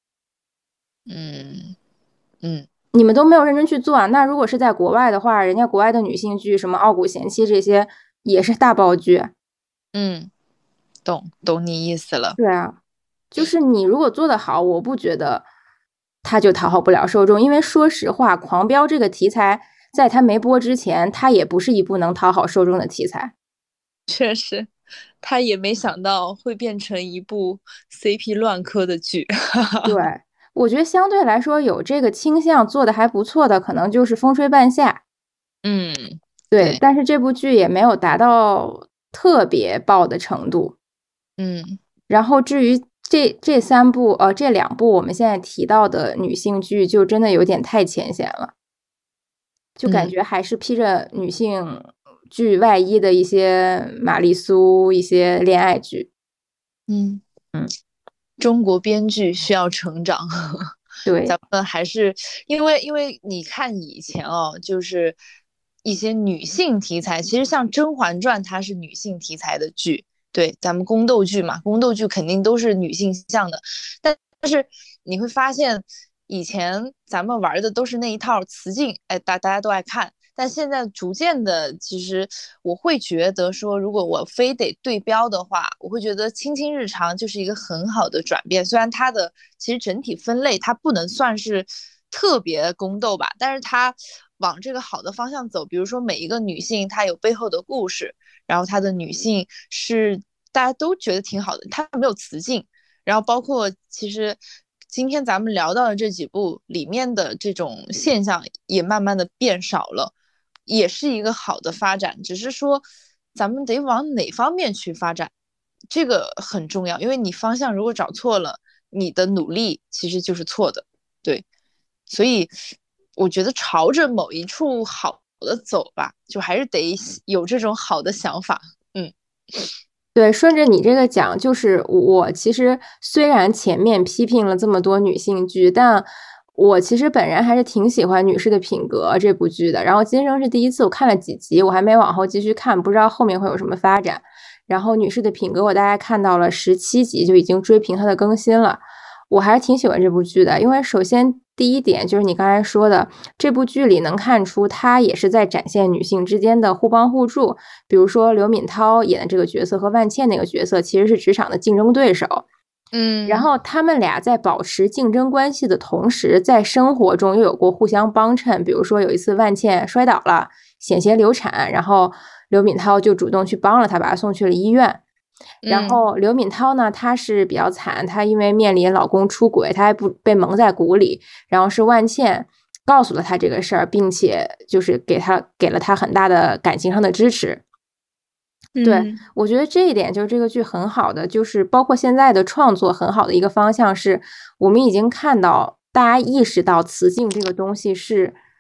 嗯嗯， 你们都没有认真去做啊。那如果是在国外的话，人家国外的女性剧，什么《傲骨贤妻》这些，也是大爆剧。 嗯，懂懂你意思了。 对啊，就是你如果做得好，我不觉得他就讨好不了受众，因为说实话，《狂飙》这个题材在它没播之前，它也不是一部能讨好受众的题材。 确实，他也没想到会变成一部 C P 乱磕的剧。 对，我觉得相对来说有这个倾向做的还不错的，可能就是《风吹半夏》。 嗯， 对， 对， 但是这部剧也没有达到特别爆的程度。 嗯， 然后至于这这三部呃这两部我们现在提到的女性剧，就真的有点太浅显了，就感觉还是披着女性剧外衣的一些玛丽苏、一些恋爱剧。 嗯嗯， 中国编剧需要成长。 对， 咱们还是因为因为你看以前哦，就是一些女性题材，其实像《甄嬛传》它是女性题材的剧，对，咱们宫斗剧嘛，宫斗剧肯定都是女性向的，但但是你会发现以前咱们玩的都是那一套雌竞，哎，大大家都爱看。但现在逐渐的，其实我会觉得说，如果我非得对标的话，我会觉得《卿卿日常》就是一个很好的转变。虽然它的其实整体分类它不能算是特别宫斗吧，但是它往这个好的方向走。比如说每一个女性她有背后的故事，然后她的女性是大家都觉得挺好的，她没有雌竞，然后包括其实。今天咱们聊到的这几部里面的这种现象也慢慢的变少了，也是一个好的发展，只是说咱们得往哪方面去发展，这个很重要，因为你方向如果找错了，你的努力其实就是错的，对，所以我觉得朝着某一处好的走吧，就还是得有这种好的想法，嗯。 对，顺着你这个讲，就是我其实虽然前面批评了这么多女性剧，但我其实本人还是挺喜欢《女士的品格》这部剧的。然后今生是第一次，我看了几集，我还没往后继续看，不知道后面会有什么发展。然后《女士的品格》我大概看到了十七集，就已经追平它的更新了。我还是挺喜欢这部剧的，因为首先第一点就是你刚才说的，这部剧里能看出它也是在展现女性之间的互帮互助。比如说刘敏涛演的这个角色和万茜那个角色其实是职场的竞争对手， 嗯， 然后他们俩在保持竞争关系的同时，在生活中又有过互相帮衬。比如说有一次万茜摔倒了，险些流产，然后刘敏涛就主动去帮了她，把她送去了医院。然后刘敏涛呢，她是比较惨，她因为面临老公出轨，她还不被蒙在鼓里，然后是万茜告诉了她这个事儿，并且就是给她给了她很大的感情上的支持。对， 嗯， 我觉得这一点就是这个剧很好的，就是包括现在的创作很好的一个方向是，我们已经看到大家意识到雌竞这个东西是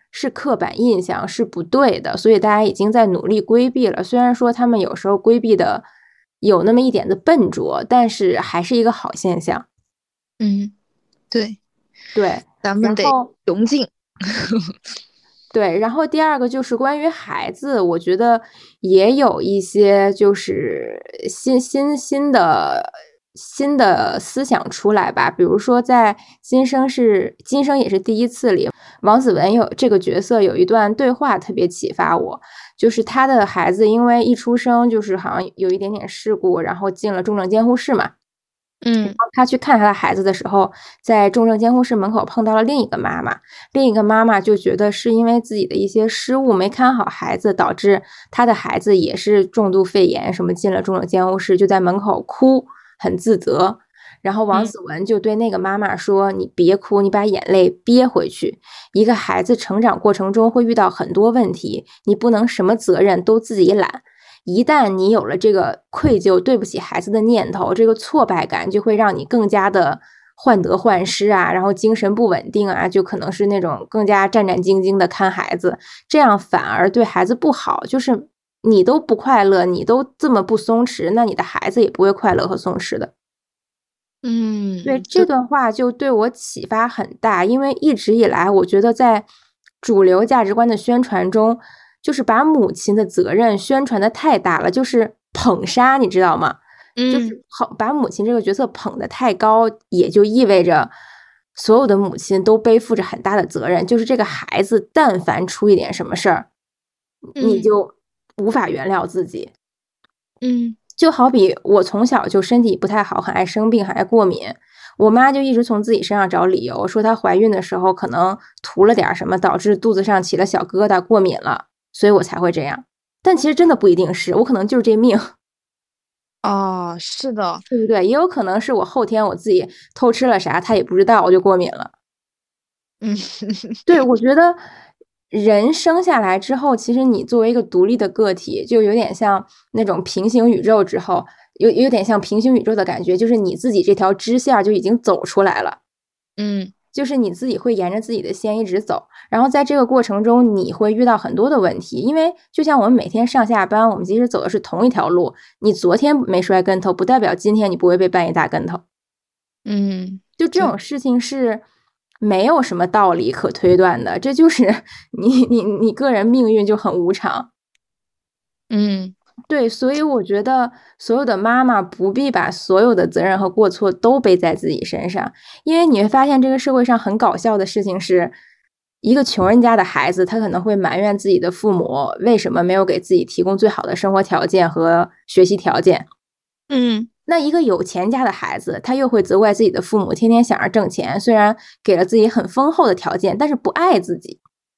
是刻板印象，是不对的，所以大家已经在努力规避了。虽然说他们有时候规避的有那么一点的笨拙，但是还是一个好现象。 嗯，对对， 咱们得然后融进。 对，然后第二个就是关于孩子，我觉得也有一些就是新新新的新的思想出来吧。比如说在今生是今生也是第一次里，王子文有这个角色有一段对话特别启发我，就是他的孩子因为一出生就是好像有一点点事故，然后进了重症监护室嘛。 嗯， 他去看他的孩子的时候，在重症监护室门口碰到了另一个妈妈，另一个妈妈就觉得是因为自己的一些失误没看好孩子，导致他的孩子也是重度肺炎，什么进了重症监护室，就在门口哭，很自责。然后王子文就对那个妈妈说：“你别哭，你把眼泪憋回去。一个孩子成长过程中会遇到很多问题，你不能什么责任都自己揽。”一旦你有了这个愧疚、对不起孩子的念头，这个挫败感就会让你更加的患得患失啊，然后精神不稳定啊，就可能是那种更加战战兢兢的看孩子，这样反而对孩子不好。就是你都不快乐，你都这么不松弛，那你的孩子也不会快乐和松弛的。 嗯， 对，这段话就对我启发很大，因为一直以来我觉得在主流价值观的宣传中，就是把母亲的责任宣传的太大了，就是捧杀，你知道吗？ 嗯， 就是捧把母亲这个角色捧得太高，也就意味着所有的母亲都背负着很大的责任，就是这个孩子但凡出一点什么事儿，你就无法原谅自己。 嗯， 就好比我从小就身体不太好，很爱生病，很爱过敏，我妈就一直从自己身上找理由，说她怀孕的时候可能涂了点什么，导致肚子上起了小疙瘩，过敏了，所以我才会这样。但其实真的不一定是，我可能就是这命。 哦，是的， 对不对？也有可能是我后天我自己偷吃了啥，她也不知道，我就过敏了。 嗯， 对，我觉得人生下来之后，其实你作为一个独立的个体，就有点像那种平行宇宙之后，有有点像平行宇宙的感觉，就是你自己这条支线就已经走出来了。 嗯， 就是你自己会沿着自己的线一直走，然后在这个过程中你会遇到很多的问题，因为就像我们每天上下班，我们即使走的是同一条路，你昨天没摔跟头，不代表今天你不会被绊一大跟头。 嗯， 就这种事情是没有什么道理可推断的，这就是你你你个人命运就很无常。 嗯， 对，所以我觉得所有的妈妈不必把所有的责任和过错都背在自己身上，因为你会发现这个社会上很搞笑的事情是，一个穷人家的孩子，他可能会埋怨自己的父母为什么没有给自己提供最好的生活条件和学习条件。 嗯， 那一个有钱家的孩子，他又会责怪自己的父母天天想着挣钱，虽然给了自己很丰厚的条件，但是不爱自己。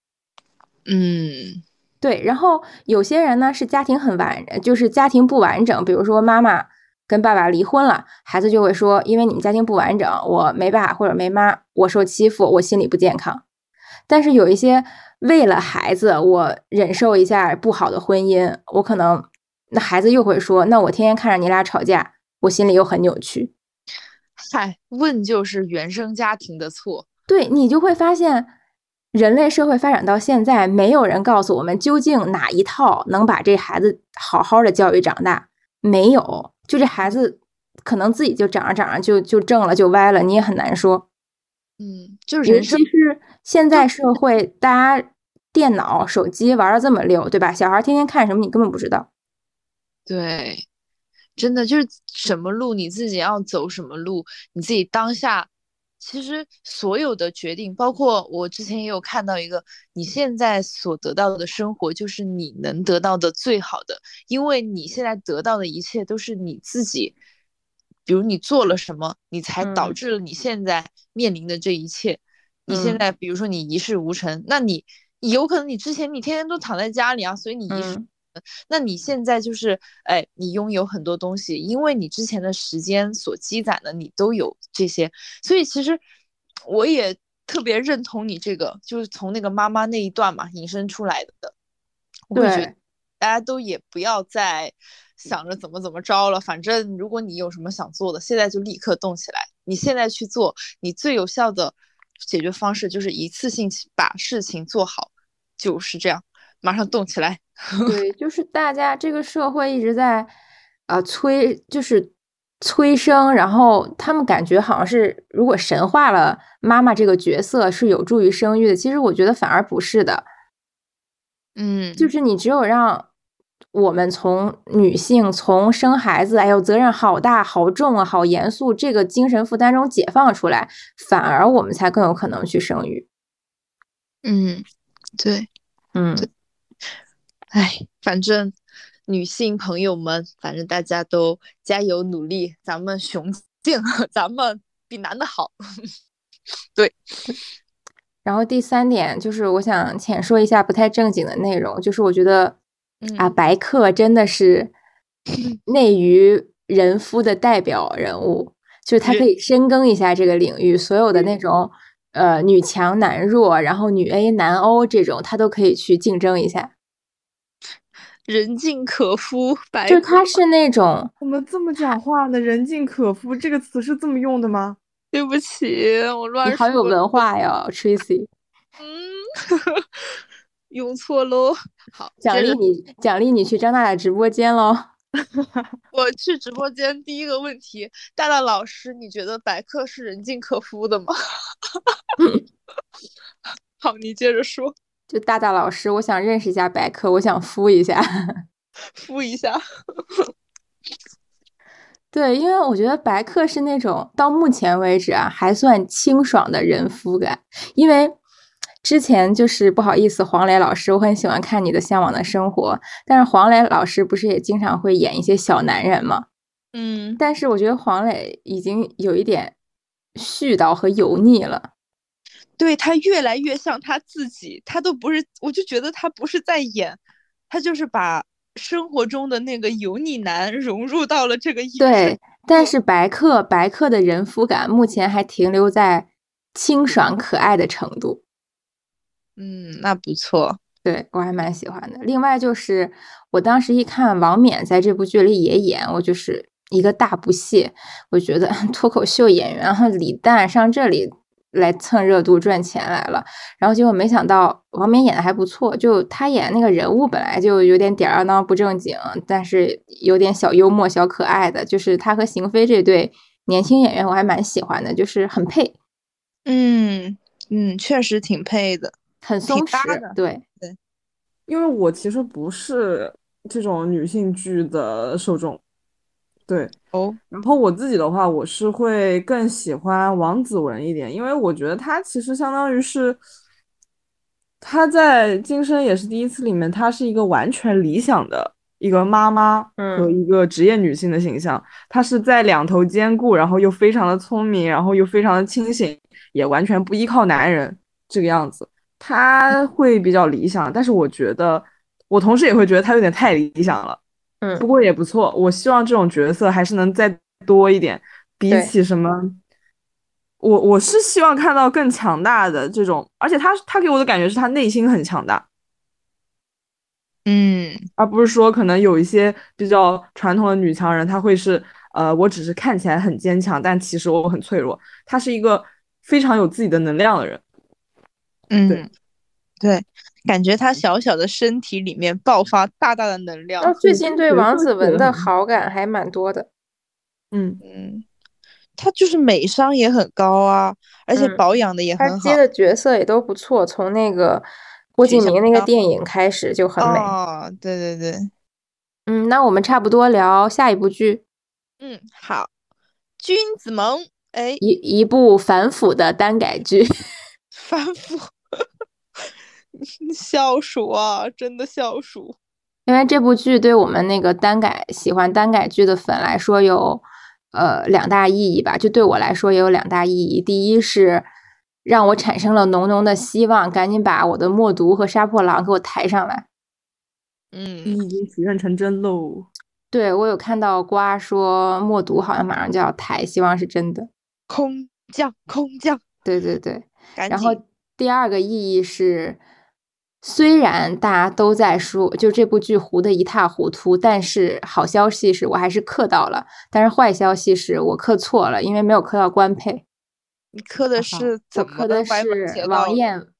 嗯， 对，然后有些人呢是家庭很完，就是家庭不完整，比如说妈妈跟爸爸离婚了，孩子就会说，因为你们家庭不完整，我没爸或者没妈，我受欺负，我心理不健康。但是有一些为了孩子，我忍受一下不好的婚姻，我可能那孩子又会说，那我天天看着你俩吵架，我心里又很扭曲。 嗨，问就是原生家庭的错。 对，你就会发现，人类社会发展到现在，没有人告诉我们究竟哪一套能把这孩子好好的教育长大，没有，就这孩子可能自己就长着长着就就正了就歪了，你也很难说。 嗯，就是尤人生其是现在社会，大家电脑、手机玩的这么溜，对吧？小孩天天看什么，你根本不知道。 对，真的就是什么路你自己要走什么路，你自己当下其实所有的决定，包括我之前也有看到一个，你现在所得到的生活就是你能得到的最好的，因为你现在得到的一切都是你自己，比如你做了什么，你才导嗯致了你现在面临的这一切。你现嗯在比如说你一事无成，那你有可能你之前你天天都躺在家里啊，所以你一事嗯， 那你现在就是，哎，你拥有很多东西，因为你之前的时间所积攒的，你都有这些，所以其实我也特别认同你这个，就是从那个妈妈那一段嘛引申出来的。我会觉得对大家都也不要再想着怎么怎么着了，反正如果你有什么想做的，现在就立刻动起来，你现在去做，你最有效的解决方式就是一次性把事情做好。 就是这样，马上动起来。 对，就是大家这个社会一直在呃催，就是催生，然后他们感觉好像是如果神化了妈妈这个角色是有助于生育的，其实我觉得反而不是的。 嗯， 就是你只有让我们从女性从生孩子，哎呦责任好大好重啊，好严肃，这个精神负担中解放出来，反而我们才更有可能去生育。 嗯，对， 嗯， 哎，反正女性朋友们，反正大家都加油努力，咱们雄性，咱们比男的好。对。 然后第三点就是我想浅说一下不太正经的内容，就是我觉得、 嗯、 啊，白客真的是内娱人夫的代表人物，就是他可以深耕一下这个领域，所有的那种呃女强男弱，然后女 A 男欧这种，他都可以去竞争一下。 人尽可夫，白就是他是那种怎么这么讲话呢？人尽可夫这个词是这么用的吗？ 对不起，我乱说。 你好有文化呀 ，Tracy。 嗯，用错喽。好， 奖励你，奖励你去张大大直播间喽。 我去直播间，第一个问题，大大老师，你觉得白客是人尽可夫的吗？好，你接着说。 就大大老师，我想认识一下白客，我想敷一下， 敷一下。 对，因为我觉得白客是那种到目前为止啊还算清爽的人夫感，因为之前就是不好意思，黄磊老师，我很喜欢看你的《向往的生活》，但是黄磊老师不是也经常会演一些小男人吗？ 嗯， 但是我觉得黄磊已经有一点絮叨和油腻了。 对，他越来越像他自己，他都不是，我就觉得他不是在演，他就是把生活中的那个油腻男融入到了这个影视。 对，但是白客白客的人夫感目前还停留在清爽可爱的程度。 嗯，那不错， 对，我还蛮喜欢的。另外就是我当时一看王冕在这部剧里也演，我就是一个大不屑，我觉得脱口秀演员和李诞上这里来蹭热度赚钱来了，然后结果没想到王冕演的还不错，就他演那个人物本来就有点吊儿郎当不正经，但是有点小幽默小可爱的，就是他和邢菲这对年轻演员我还蛮喜欢的，就是很配。 嗯嗯，确实挺配的， 很松弛，对对。 因为我其实不是这种女性剧的受众，对哦。 然后我自己的话，我是会更喜欢王子文一点，因为我觉得她其实相当于是她在《今生也是第一次》里面，她是一个完全理想的一个妈妈和一个职业女性的形象，她是在两头兼顾，然后又非常的聪明，然后又非常的清醒，也完全不依靠男人这个样子。他会比较理想，但是我觉得，我同时也会觉得他有点太理想了。 嗯， 不过也不错。我希望这种角色还是能再多一点，比起什么，我我是希望看到更强大的这种，而且他他给我的感觉是他内心很强大， 嗯， 而不是说可能有一些比较传统的女强人，她会是呃，我只是看起来很坚强，但其实我很脆弱。她是一个非常有自己的能量的人。 嗯， 对， 对，感觉他小小的身体里面爆发大大的能量。 那最近对王子文的好感还蛮多的。 嗯嗯，他就是美商也很高啊，而且保养的也很好。 他接的角色也都不错，从那个郭敬明那个电影开始就很美。 哦，对对对。 嗯，那我们差不多聊下一部剧。 嗯，好，君子盟。哎， 一一部反腐的耽改剧。 反腐。笑鼠啊，真的笑鼠。 因为这部剧对我们那个耽改喜欢耽改剧的粉来说有呃两大意义吧，就对我来说也有两大意义。第一是让我产生了浓浓的希望，赶紧把我的默读和杀破狼给我抬上来。 嗯， 你已经许愿成真喽。 对，我有看到瓜说默读好像马上就要抬，希望是真的。 空降，空降。 对对对， 然后第二个意义是，虽然大家都在说就这部剧糊得一塌糊涂，但是好消息是我还是磕到了，但是坏消息是我磕错了，因为没有磕到官配。 你磕的是怎么我磕的是王艳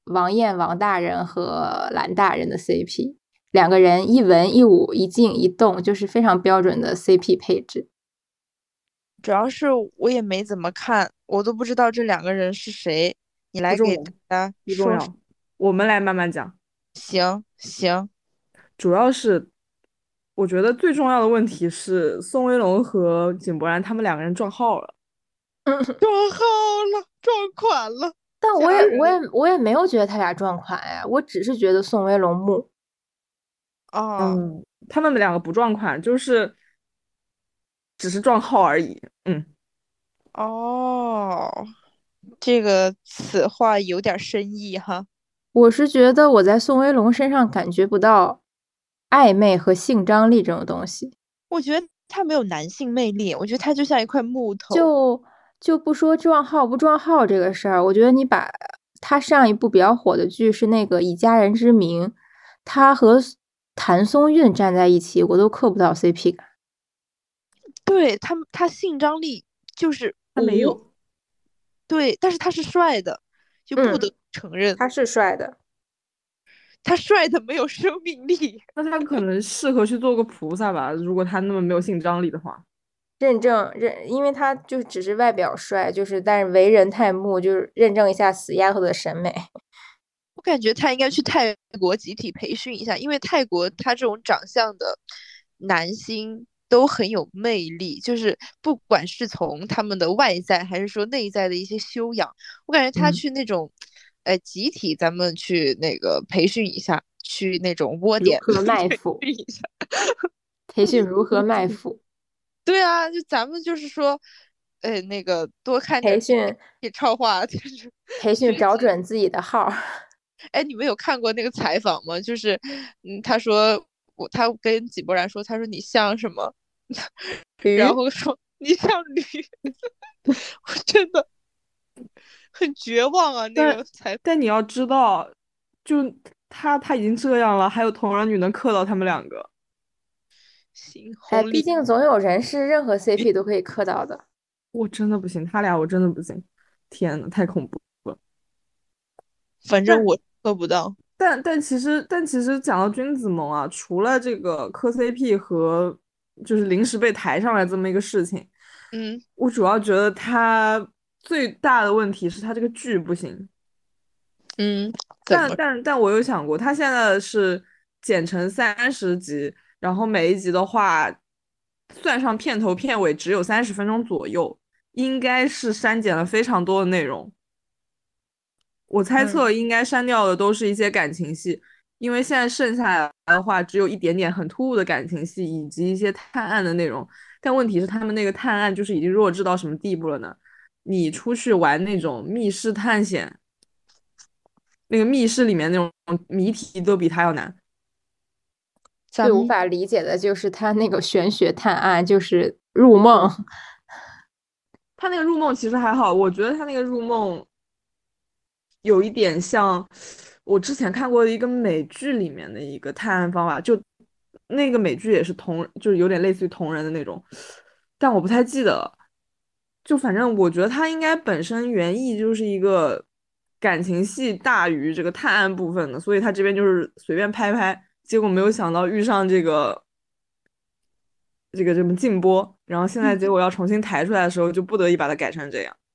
王艳王大人和蓝大人的 C P，两个人一文一武一静一动，就是非常标准的 C P 配置。 主要是我也没怎么看，我都不知道这两个人是谁，你来给大家说。 不重要，我们来慢慢讲。 行行， 主要是我觉得最重要的问题是宋威龙和井柏然他们两个人撞号了。 撞号了，撞款了。 但我也我也我也没有觉得他俩撞款呀，我只是觉得宋威龙木。 哦， 嗯，他们两个不撞款，就是只是撞号而已。嗯， 哦，这个此话有点深意哈。 我是觉得我在宋威龙身上感觉不到暧昧和性张力这种东西。 我觉得他没有男性魅力，我觉得他就像一块木头。 就就不说撞号不撞号这个事儿，我觉得你把他上一部比较火的剧是那个《以家人之名》，他和谭松韵站在一起，我都磕不到 C P 感。 对他，他性张力就是他没有。 对，但是他是帅的，就不得不承认、 嗯、他是帅的。 他帅的没有生命力。 那他可能适合去做个菩萨吧，如果他那么没有性张力的话。 认证认，因为他就只是外表帅，就是但是为人太木，就是认证一下死丫头的审美。 我感觉他应该去泰国集体培训一下，因为泰国他这种长相的男星都很有魅力，就是不管是从他们的外在还是说内在的一些修养，我感觉他去那种，嗯、呃，集体咱们去那个培训一下，去那种窝点如何卖腐培训一下， 培训如何卖腐。 对啊，就咱们就是说，呃，那个多看培训超话，就是培训找准自己的号。 哎，你们有看过那个采访吗？就是，嗯，他说我，他跟井柏然说，他说你像什么？然后说你像驴。我真的很绝望啊！那个采， 但你要知道，就他他已经这样了，还有同人女能克到他们两个。 行， 哎，毕竟总有人是任何 C P 都可以磕到的。 我真的不行，他俩我真的不行。天呐，太恐怖了。 反正我磕不到。 但但其实但其实讲到君子盟啊，除了这个磕 C P 和就是临时被抬上来这么一个事情， 嗯， 我主要觉得他最大的问题是他这个剧不行。 嗯， 但但但我有想过，他现在是剪成三十集，然后每一集的话，算上片头片尾只有三十分钟左右，应该是删减了非常多的内容。我猜测应该删掉的都是一些感情戏，因为现在剩下来的话只有一点点很突兀的感情戏以及一些探案的内容。但问题是，他们那个探案就是已经弱智到什么地步了呢？你出去玩那种密室探险。那个密室里面那种谜题都比他要难。 最无法理解的就是他那个玄学探案，就是入梦。 他那个入梦其实还好，我觉得他那个入梦有一点像我之前看过的一个美剧里面的一个探案方法，就那个美剧也是同，就是有点类似于同人的那种，但我不太记得了。就反正我觉得他应该本身原意就是一个感情戏大于这个探案部分的，所以他这边就是随便拍拍，结果没有想到遇上这个这个这么禁播，然后现在结果要重新抬出来的时候，就不得已把它改成这样。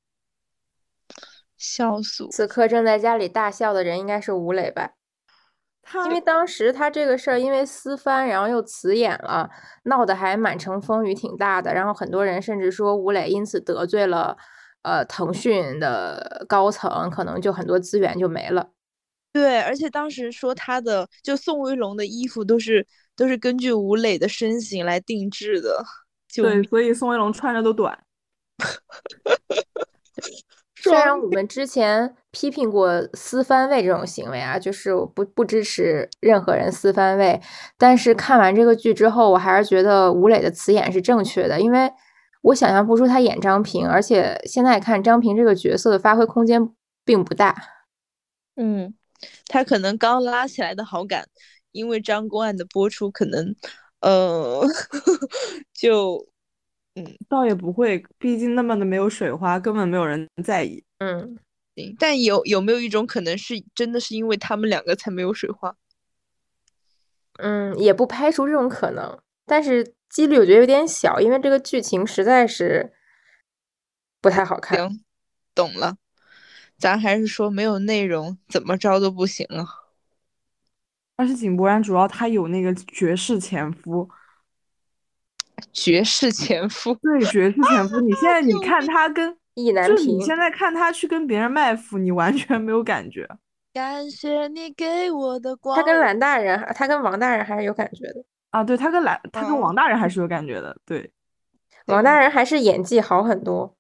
笑死我！ 此刻正在家里大笑的人应该是吴磊吧？因为当时他这个事儿因为私翻，然后又辞演了，闹得还满城风雨挺大的，然后很多人甚至说吴磊因此得罪了呃腾讯的高层，可能就很多资源就没了。 对，而且当时说他的就宋威龙的衣服都是都是根据吴磊的身形来定制的。 对，所以宋威龙穿着都短。 虽然我们之前批评过私翻位这种行为啊，就是我不不支持任何人私翻位，但是看完这个剧之后，我还是觉得吴磊的词演是正确的，因为我想象不出他演张平，而且现在看张平这个角色的发挥空间并不大。 嗯，他可能刚拉起来的好感，因为张公案的播出，可能呃就。嗯， 倒也不会，毕竟那么的没有水花，根本没有人在意。 嗯， 行，但有有没有一种可能是真的是因为他们两个才没有水花？ 嗯，也不排除这种可能，但是几率我觉得有点小，因为这个剧情实在是不太好看。 行，懂了。咱还是说没有内容，怎么着都不行啊。 但是井柏然主要他有那个绝世前夫， 绝世前夫， 对，绝世前夫，你现在你看他跟， 意难就是你平， 现在看他去跟别人卖腐，你完全没有感觉感谢你给我的光。 他跟阮大人，他跟王大人还是有感觉的。 啊。对，他跟蓝，他跟哦王大人还是有感觉的，对。 王大人还是演技好很多。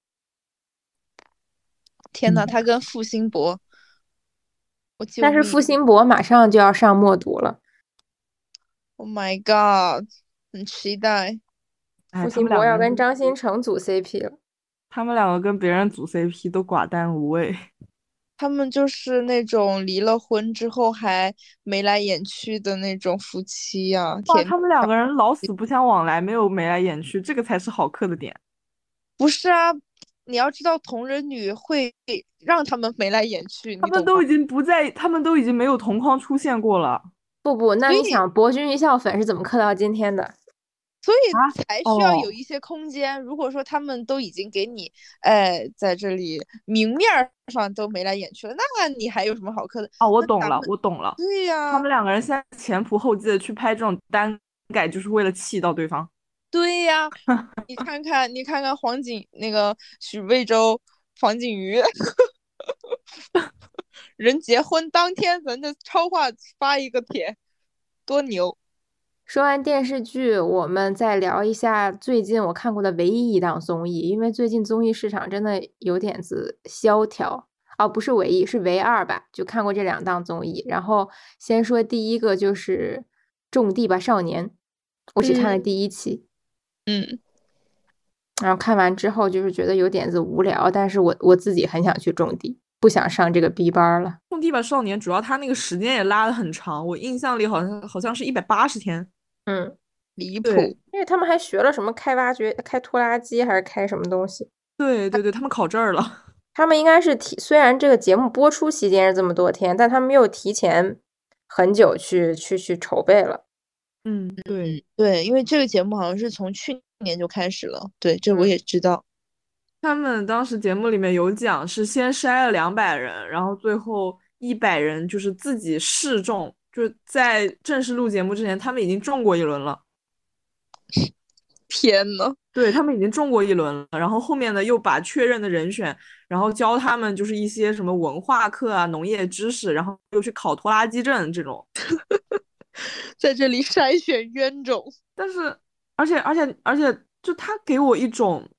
天呐， 嗯他跟付辛博，我救但是命付辛博马上就要上默读了， ！Oh my god，很期待。 哎， 付他们辛博要跟两个人， 张新成组 C P 了。 他们两个跟别人组 C P 都寡淡无味。 他们就是那种离了婚之后还眉来眼去的那种夫妻呀、啊， 哇， 甜。 他们两个人老死不相往来，没有眉来眼去，这个才是好磕的点。 不是啊，你要知道同人女会让他们眉来眼去， 他你懂吗？ 们都已经不在，他们都已经没有同框出现过了不不，那所以你想博君一笑粉是怎么磕到今天的？ 所以啊。 才需要有哦， 一些空间。如果说他们都已经给你，哎，在这里明面上都眉来眼去了，那你还有什么好磕的？ 哦，我懂了， 那咱们我懂了。 对呀、 他们两个人现在前仆后继的去拍这种单改，就是为了气到对方。 对呀、你看看，你看看黄景那个许魏洲、黄景瑜，人结婚当天咱就超话发一个帖，多牛！ 说完电视剧，我们再聊一下最近我看过的唯一一档综艺，因为最近综艺市场真的有点子萧条。哦，不是唯一，是唯二吧？就看过这两档综艺。然后先说第一个，就是《种地吧少年》，我只看了第一期。 嗯， 然后看完之后就是觉得有点子无聊，但是我我自己很想去种地，不想上这个 B 班了。 种地吧少年主要他那个时间也拉得很长，我印象里好像好像是一百八十天。 嗯， 离谱。 对因为他们还学了什么开挖掘、开拖拉机，还是开什么东西。 对对对，他们考证儿了。 他们应该是提，虽然这个节目播出期间是这么多天，但他们又提前很久去去去筹备了。 嗯，对， 对，因为这个节目好像是从去年就开始了，对，这我也知道。 他们当时节目里面有讲是先筛了两百人，然后最后一百人就是自己试种，就是在正式录节目之前，他们已经种过一轮了。 天呐， 对，他们已经中过一轮了，然后后面呢又把确认的人选，然后教他们就是一些什么文化课啊、农业知识，然后又去考拖拉机证这种。 在这里筛选冤种。 但是，而且而且而且，就他给我一种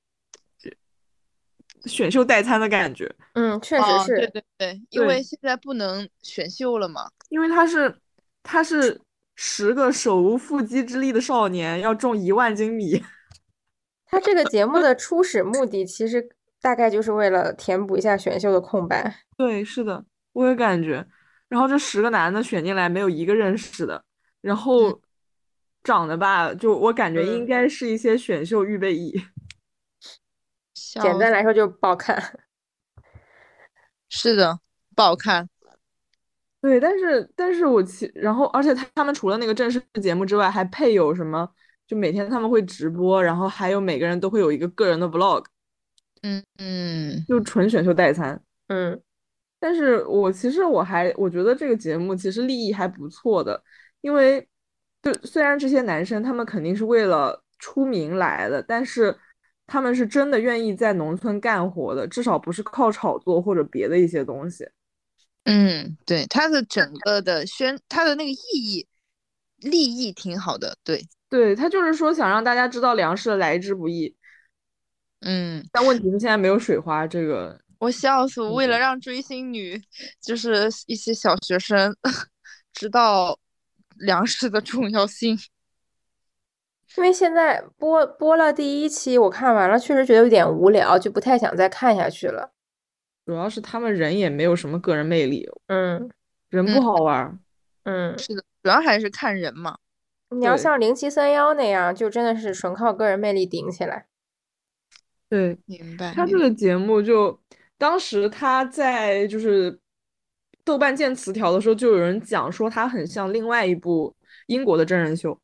选秀代餐的感觉， 嗯，确实哦，对是。 对对，因对， 为现在不能选秀了嘛。 因为他是他是十个手无缚鸡之力的少年要种一万斤米。 他这个节目的初始目的，其实大概就是为了填补一下选秀的空白。 对，是的，我也感觉。然后这十个男的选进来，没有一个认识的，然嗯后长得吧，就我感觉应嗯， 该是一些选秀预备役。 简单来说就是不好看。 是的，不好看。 对，但是但是我其然后，而且他他们除了那个正式节目之外，还配有什么？就每天他们会直播，然后还有每个人都会有一个个人的 vlog， 嗯嗯， 就纯选秀代餐。 嗯， 但是我其实我还我觉得这个节目其实立意还不错的，因为就虽然这些男生他们肯定是为了出名来的，但是他们是真的愿意在农村干活的，至少不是靠炒作或者别的一些东西。 嗯，对，它的整个的宣，它的那个意义、立意挺好的。对， 对，他就是说想让大家知道粮食的来之不易， 嗯， 但问题是现在没有水花，这个我笑死我，为了嗯让追星女，就是一些小学生知道粮食的重要性。 因为现在播播了第一期，我看完了，确实觉得有点无聊，就不太想再看下去了。 主要是他们人也没有什么个人魅力， 嗯人不好玩儿。 嗯， 是的，主要还是看人嘛。 你要对像零七三幺那样，就真的是纯靠个人魅力顶起来。 对， 明白。 他这个节目就当时他在就是豆瓣建词条的时候，就有人讲说他很像另外一部英国的真人秀。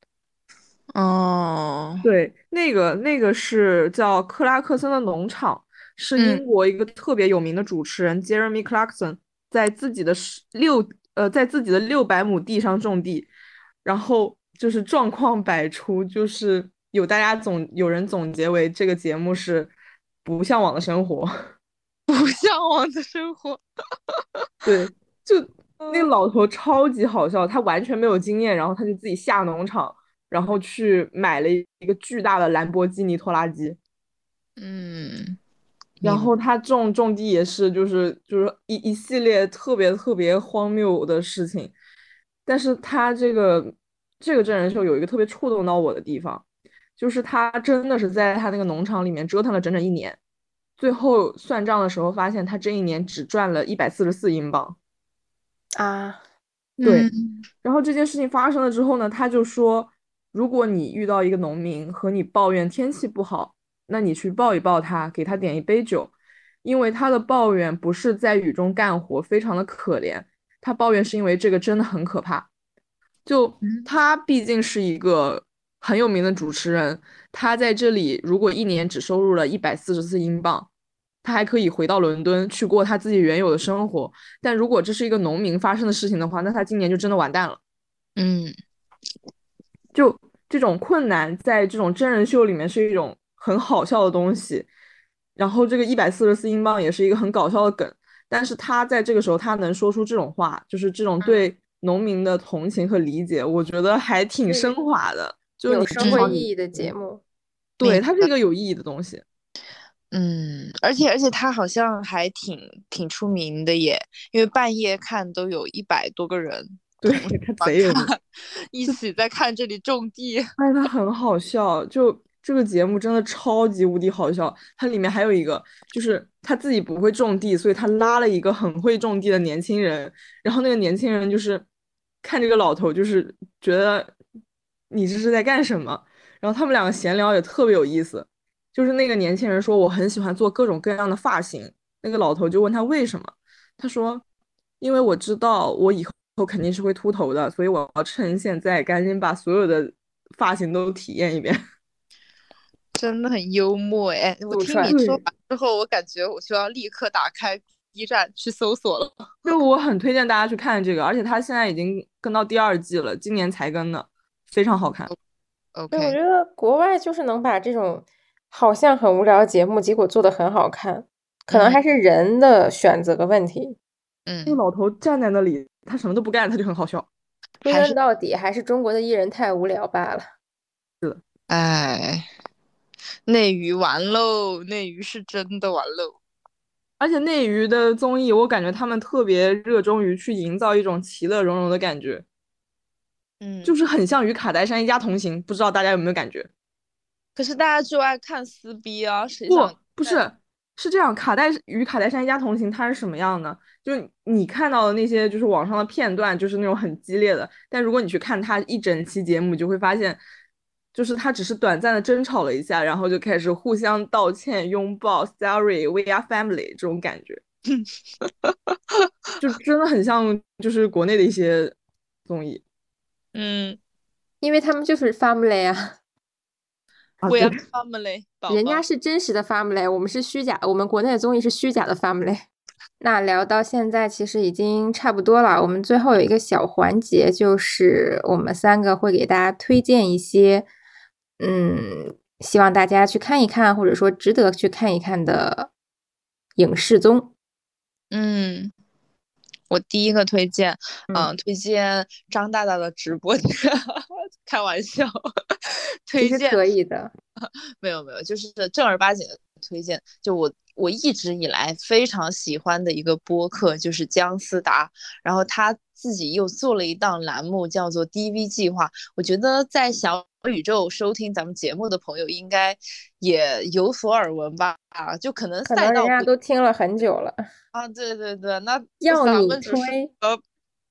哦， 对，那个那个是叫克拉克森的农场，是嗯英国一个特别有名的主持人 Jeremy Clarkson 在自己的十六呃在自己的六百亩地上种地，然后就是状况百出，就是有大家总有人总结为这个节目是不向往的生活。 不向往的生活。 对，就那个嗯老头超级好笑，他完全没有经验，然后他就自己下农场，然后去买了一个巨大的兰博基尼拖拉机。 嗯，明白。 然后他种种地也是，就是就是一一系列特别特别荒谬的事情，但是他这个这个真人秀有一个特别触动到我的地方，就是他真的是在他那个农场里面折腾了整整一年，最后算账的时候发现他这一年只赚了一百四十四英镑。 啊， 对， 嗯然后这件事情发生了之后呢，他就说，如果你遇到一个农民和你抱怨天气不好，那你去抱一抱他，给他点一杯酒，因为他的抱怨不是在雨中干活，非常的可怜，他抱怨是因为这个真的很可怕。就嗯他毕竟是一个很有名的主持人，他在这里如果一年只收入了一百四十四英镑，他还可以回到伦敦去过他自己原有的生活。但如果这是一个农民发生的事情的话，那他今年就真的完蛋了。 嗯就这种困难，在这种真人秀里面是一种很好笑的东西。然后这个一百四十四英镑也是一个很搞笑的梗，但是他在这个时候他能说出这种话，就是这种对农民的同情和理解，我觉得还挺升是华的。就是你有社会至少你， 意义的节目。 对， 明它是一个有意义的东西。 嗯，而且而且他好像还挺挺出名的耶，因为半夜看都有一百多个人对， 同时它观贼有意思。 看，一起在看这里种地。 但是它很好笑，就这个节目真的超级无敌好笑。它里面还有一个，就是他自己不会种地，所以他拉了一个很会种地的年轻人，然后那个年轻人就是看这个老头，就是觉得你这是在干什么？然后他们两个闲聊也特别有意思，就是那个年轻人说我很喜欢做各种各样的发型，那个老头就问他为什么，他说因为我知道我以后。后肯定是会秃头的，所以我要趁现在赶紧把所有的发型都体验一遍。 真的很幽默哎！我祖传。 听你说对， 完之后，我感觉我就要立刻打开 B 站去搜索了。 就我很推荐大家去看这个，而且它现在已经更到第二季了，今年才更的，非常好看。 对，我 OK， 觉得国外就是能把这种好像很无聊的节目，结果做得很好看，可能嗯还是人的选择问题。 嗯， 那个老头站在那里，他什么都不干，他就很好笑。 归还是根到底，还是中国的艺人太无聊罢了。 哎，内娱完喽，内娱是真的完喽。 而且内娱的综艺，我感觉他们特别热衷于去营造一种其乐融融的感觉，就嗯， 是很像与卡戴珊一家同行，不知道大家有没有感觉？ 可是大家就爱看撕逼啊，谁想不，不看？ 是，是这样。卡戴与卡戴珊一家同行，它是什么样呢？就你看到的那些，就是网上的片段，就是那种很激烈的。但如果你去看他一整期节目，你就会发现，就是他只是短暂的争吵了一下，然后就开始互相道歉、拥抱，Sorry，we are family 这种感觉，就真的很像就是国内的一些综艺嗯因为他们就是 family 啊， 啊。 ，We 对， are family，宝人家宝。 是真实的 family，我们是虚假，我们国内的综艺是虚假的 family。那聊到现在，其实已经差不多了。我们最后有一个小环节，就是我们三个会给大家推荐一些，嗯，希望大家去看一看，或者说值得去看一看的影视综。 嗯，我第一个推荐，嗯、 嗯， 推荐张大大的直播间，开玩笑， 其实推荐可以的。 没有没有，就是正儿八经的推荐。就我我一直以来非常喜欢的一个播客就是姜思达，然后他自己又做了一档栏目叫做 D V 计划。我觉得在小宇宙收听咱们节目的朋友应该也有所耳闻吧？啊，就可能可能人家赛道不都听了很久了， 啊，对对对，那要你咱们只是吹。 呃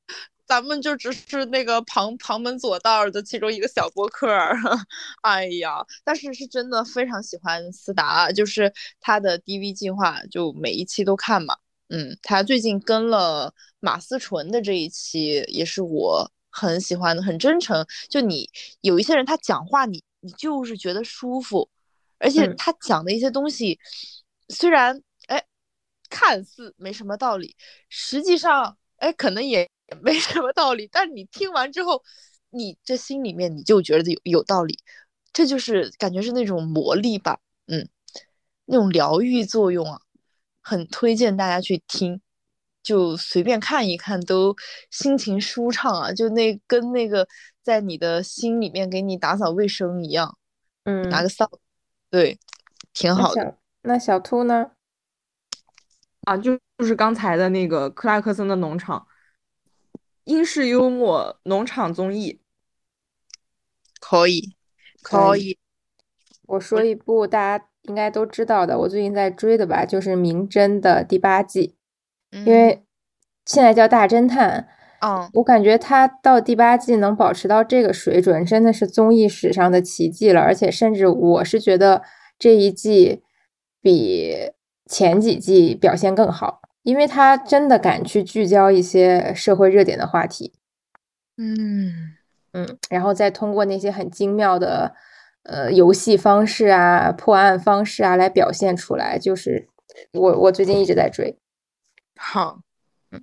咱们就只是那个旁旁门左道的其中一个小播客。哎呀，但是是真的非常喜欢思达，就是他的 D V 计划，就每一期都看嘛。嗯，他最近跟了马思纯的这一期，也是我很喜欢的，很真诚。就你有一些人，他讲话你你就是觉得舒服，而且他讲的一些东西，嗯、虽然哎看似没什么道理，实际上哎可能也没什么道理，但你听完之后，你这心里面你就觉得有有道理，这就是感觉是那种魔力吧，嗯，那种疗愈作用啊。很推荐大家去听，就随便看一看都心情舒畅啊，就那跟那个在你的心里面给你打扫卫生一样。 嗯， 拿个扫，对，挺好的。 那小那小兔呢？ 啊，就就是刚才的那个克拉克森的农场，英式幽默农场综艺。 可以， 可以。 可以。 我说一部大家应该都知道的，我最近在追的吧，就是《名侦》的第八季， 嗯、 因为现在叫大侦探。 嗯， 我感觉它到第八季能保持到这个水准，真的是综艺史上的奇迹了。而且甚至我是觉得这一季比前几季表现更好，因为它真的敢去聚焦一些社会热点的话题。 嗯嗯，然后再通过那些很精妙的呃游戏方式啊、破案方式啊来表现出来，就是我我最近一直在追。 好，嗯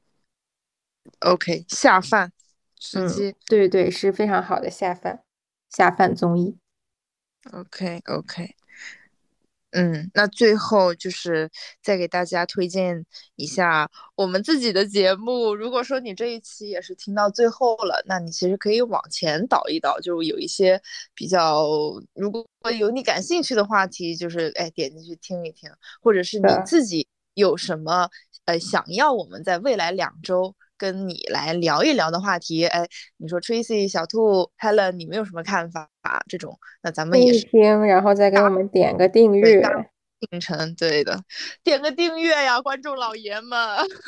，OK， 下饭，直接， 嗯，对对，是非常好的下饭下饭综艺。 OK OK。嗯，那最后就是再给大家推荐一下我们自己的节目。如果说你这一期也是听到最后了，那你其实可以往前倒一倒，就有一些比较，如果有你感兴趣的话题，就是哎点进去听一听，或者是你自己有什么呃想要我们在未来两周跟你来聊一聊的话题，哎，你说 Tracy、小兔、Helen，你们有什么看法？这种，那咱们也是听，然后再给我们点个订阅。 进程，对的，点个订阅呀，观众老爷们。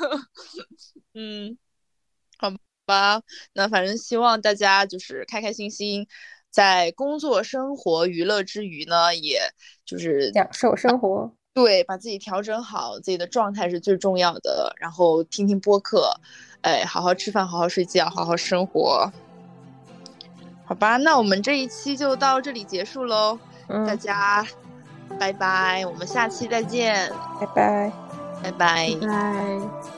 嗯，好吧，那反正希望大家就是开开心心，在工作、生活、娱乐之余呢，也就是享受生活。 对，把自己调整好，自己的状态是最重要的。然后听听播客，哎，好好吃饭，好好睡觉，好好生活。好吧，那我们这一期就到这里结束喽， 嗯， 大家拜拜，我们下期再见， 拜拜， 拜拜， 拜拜。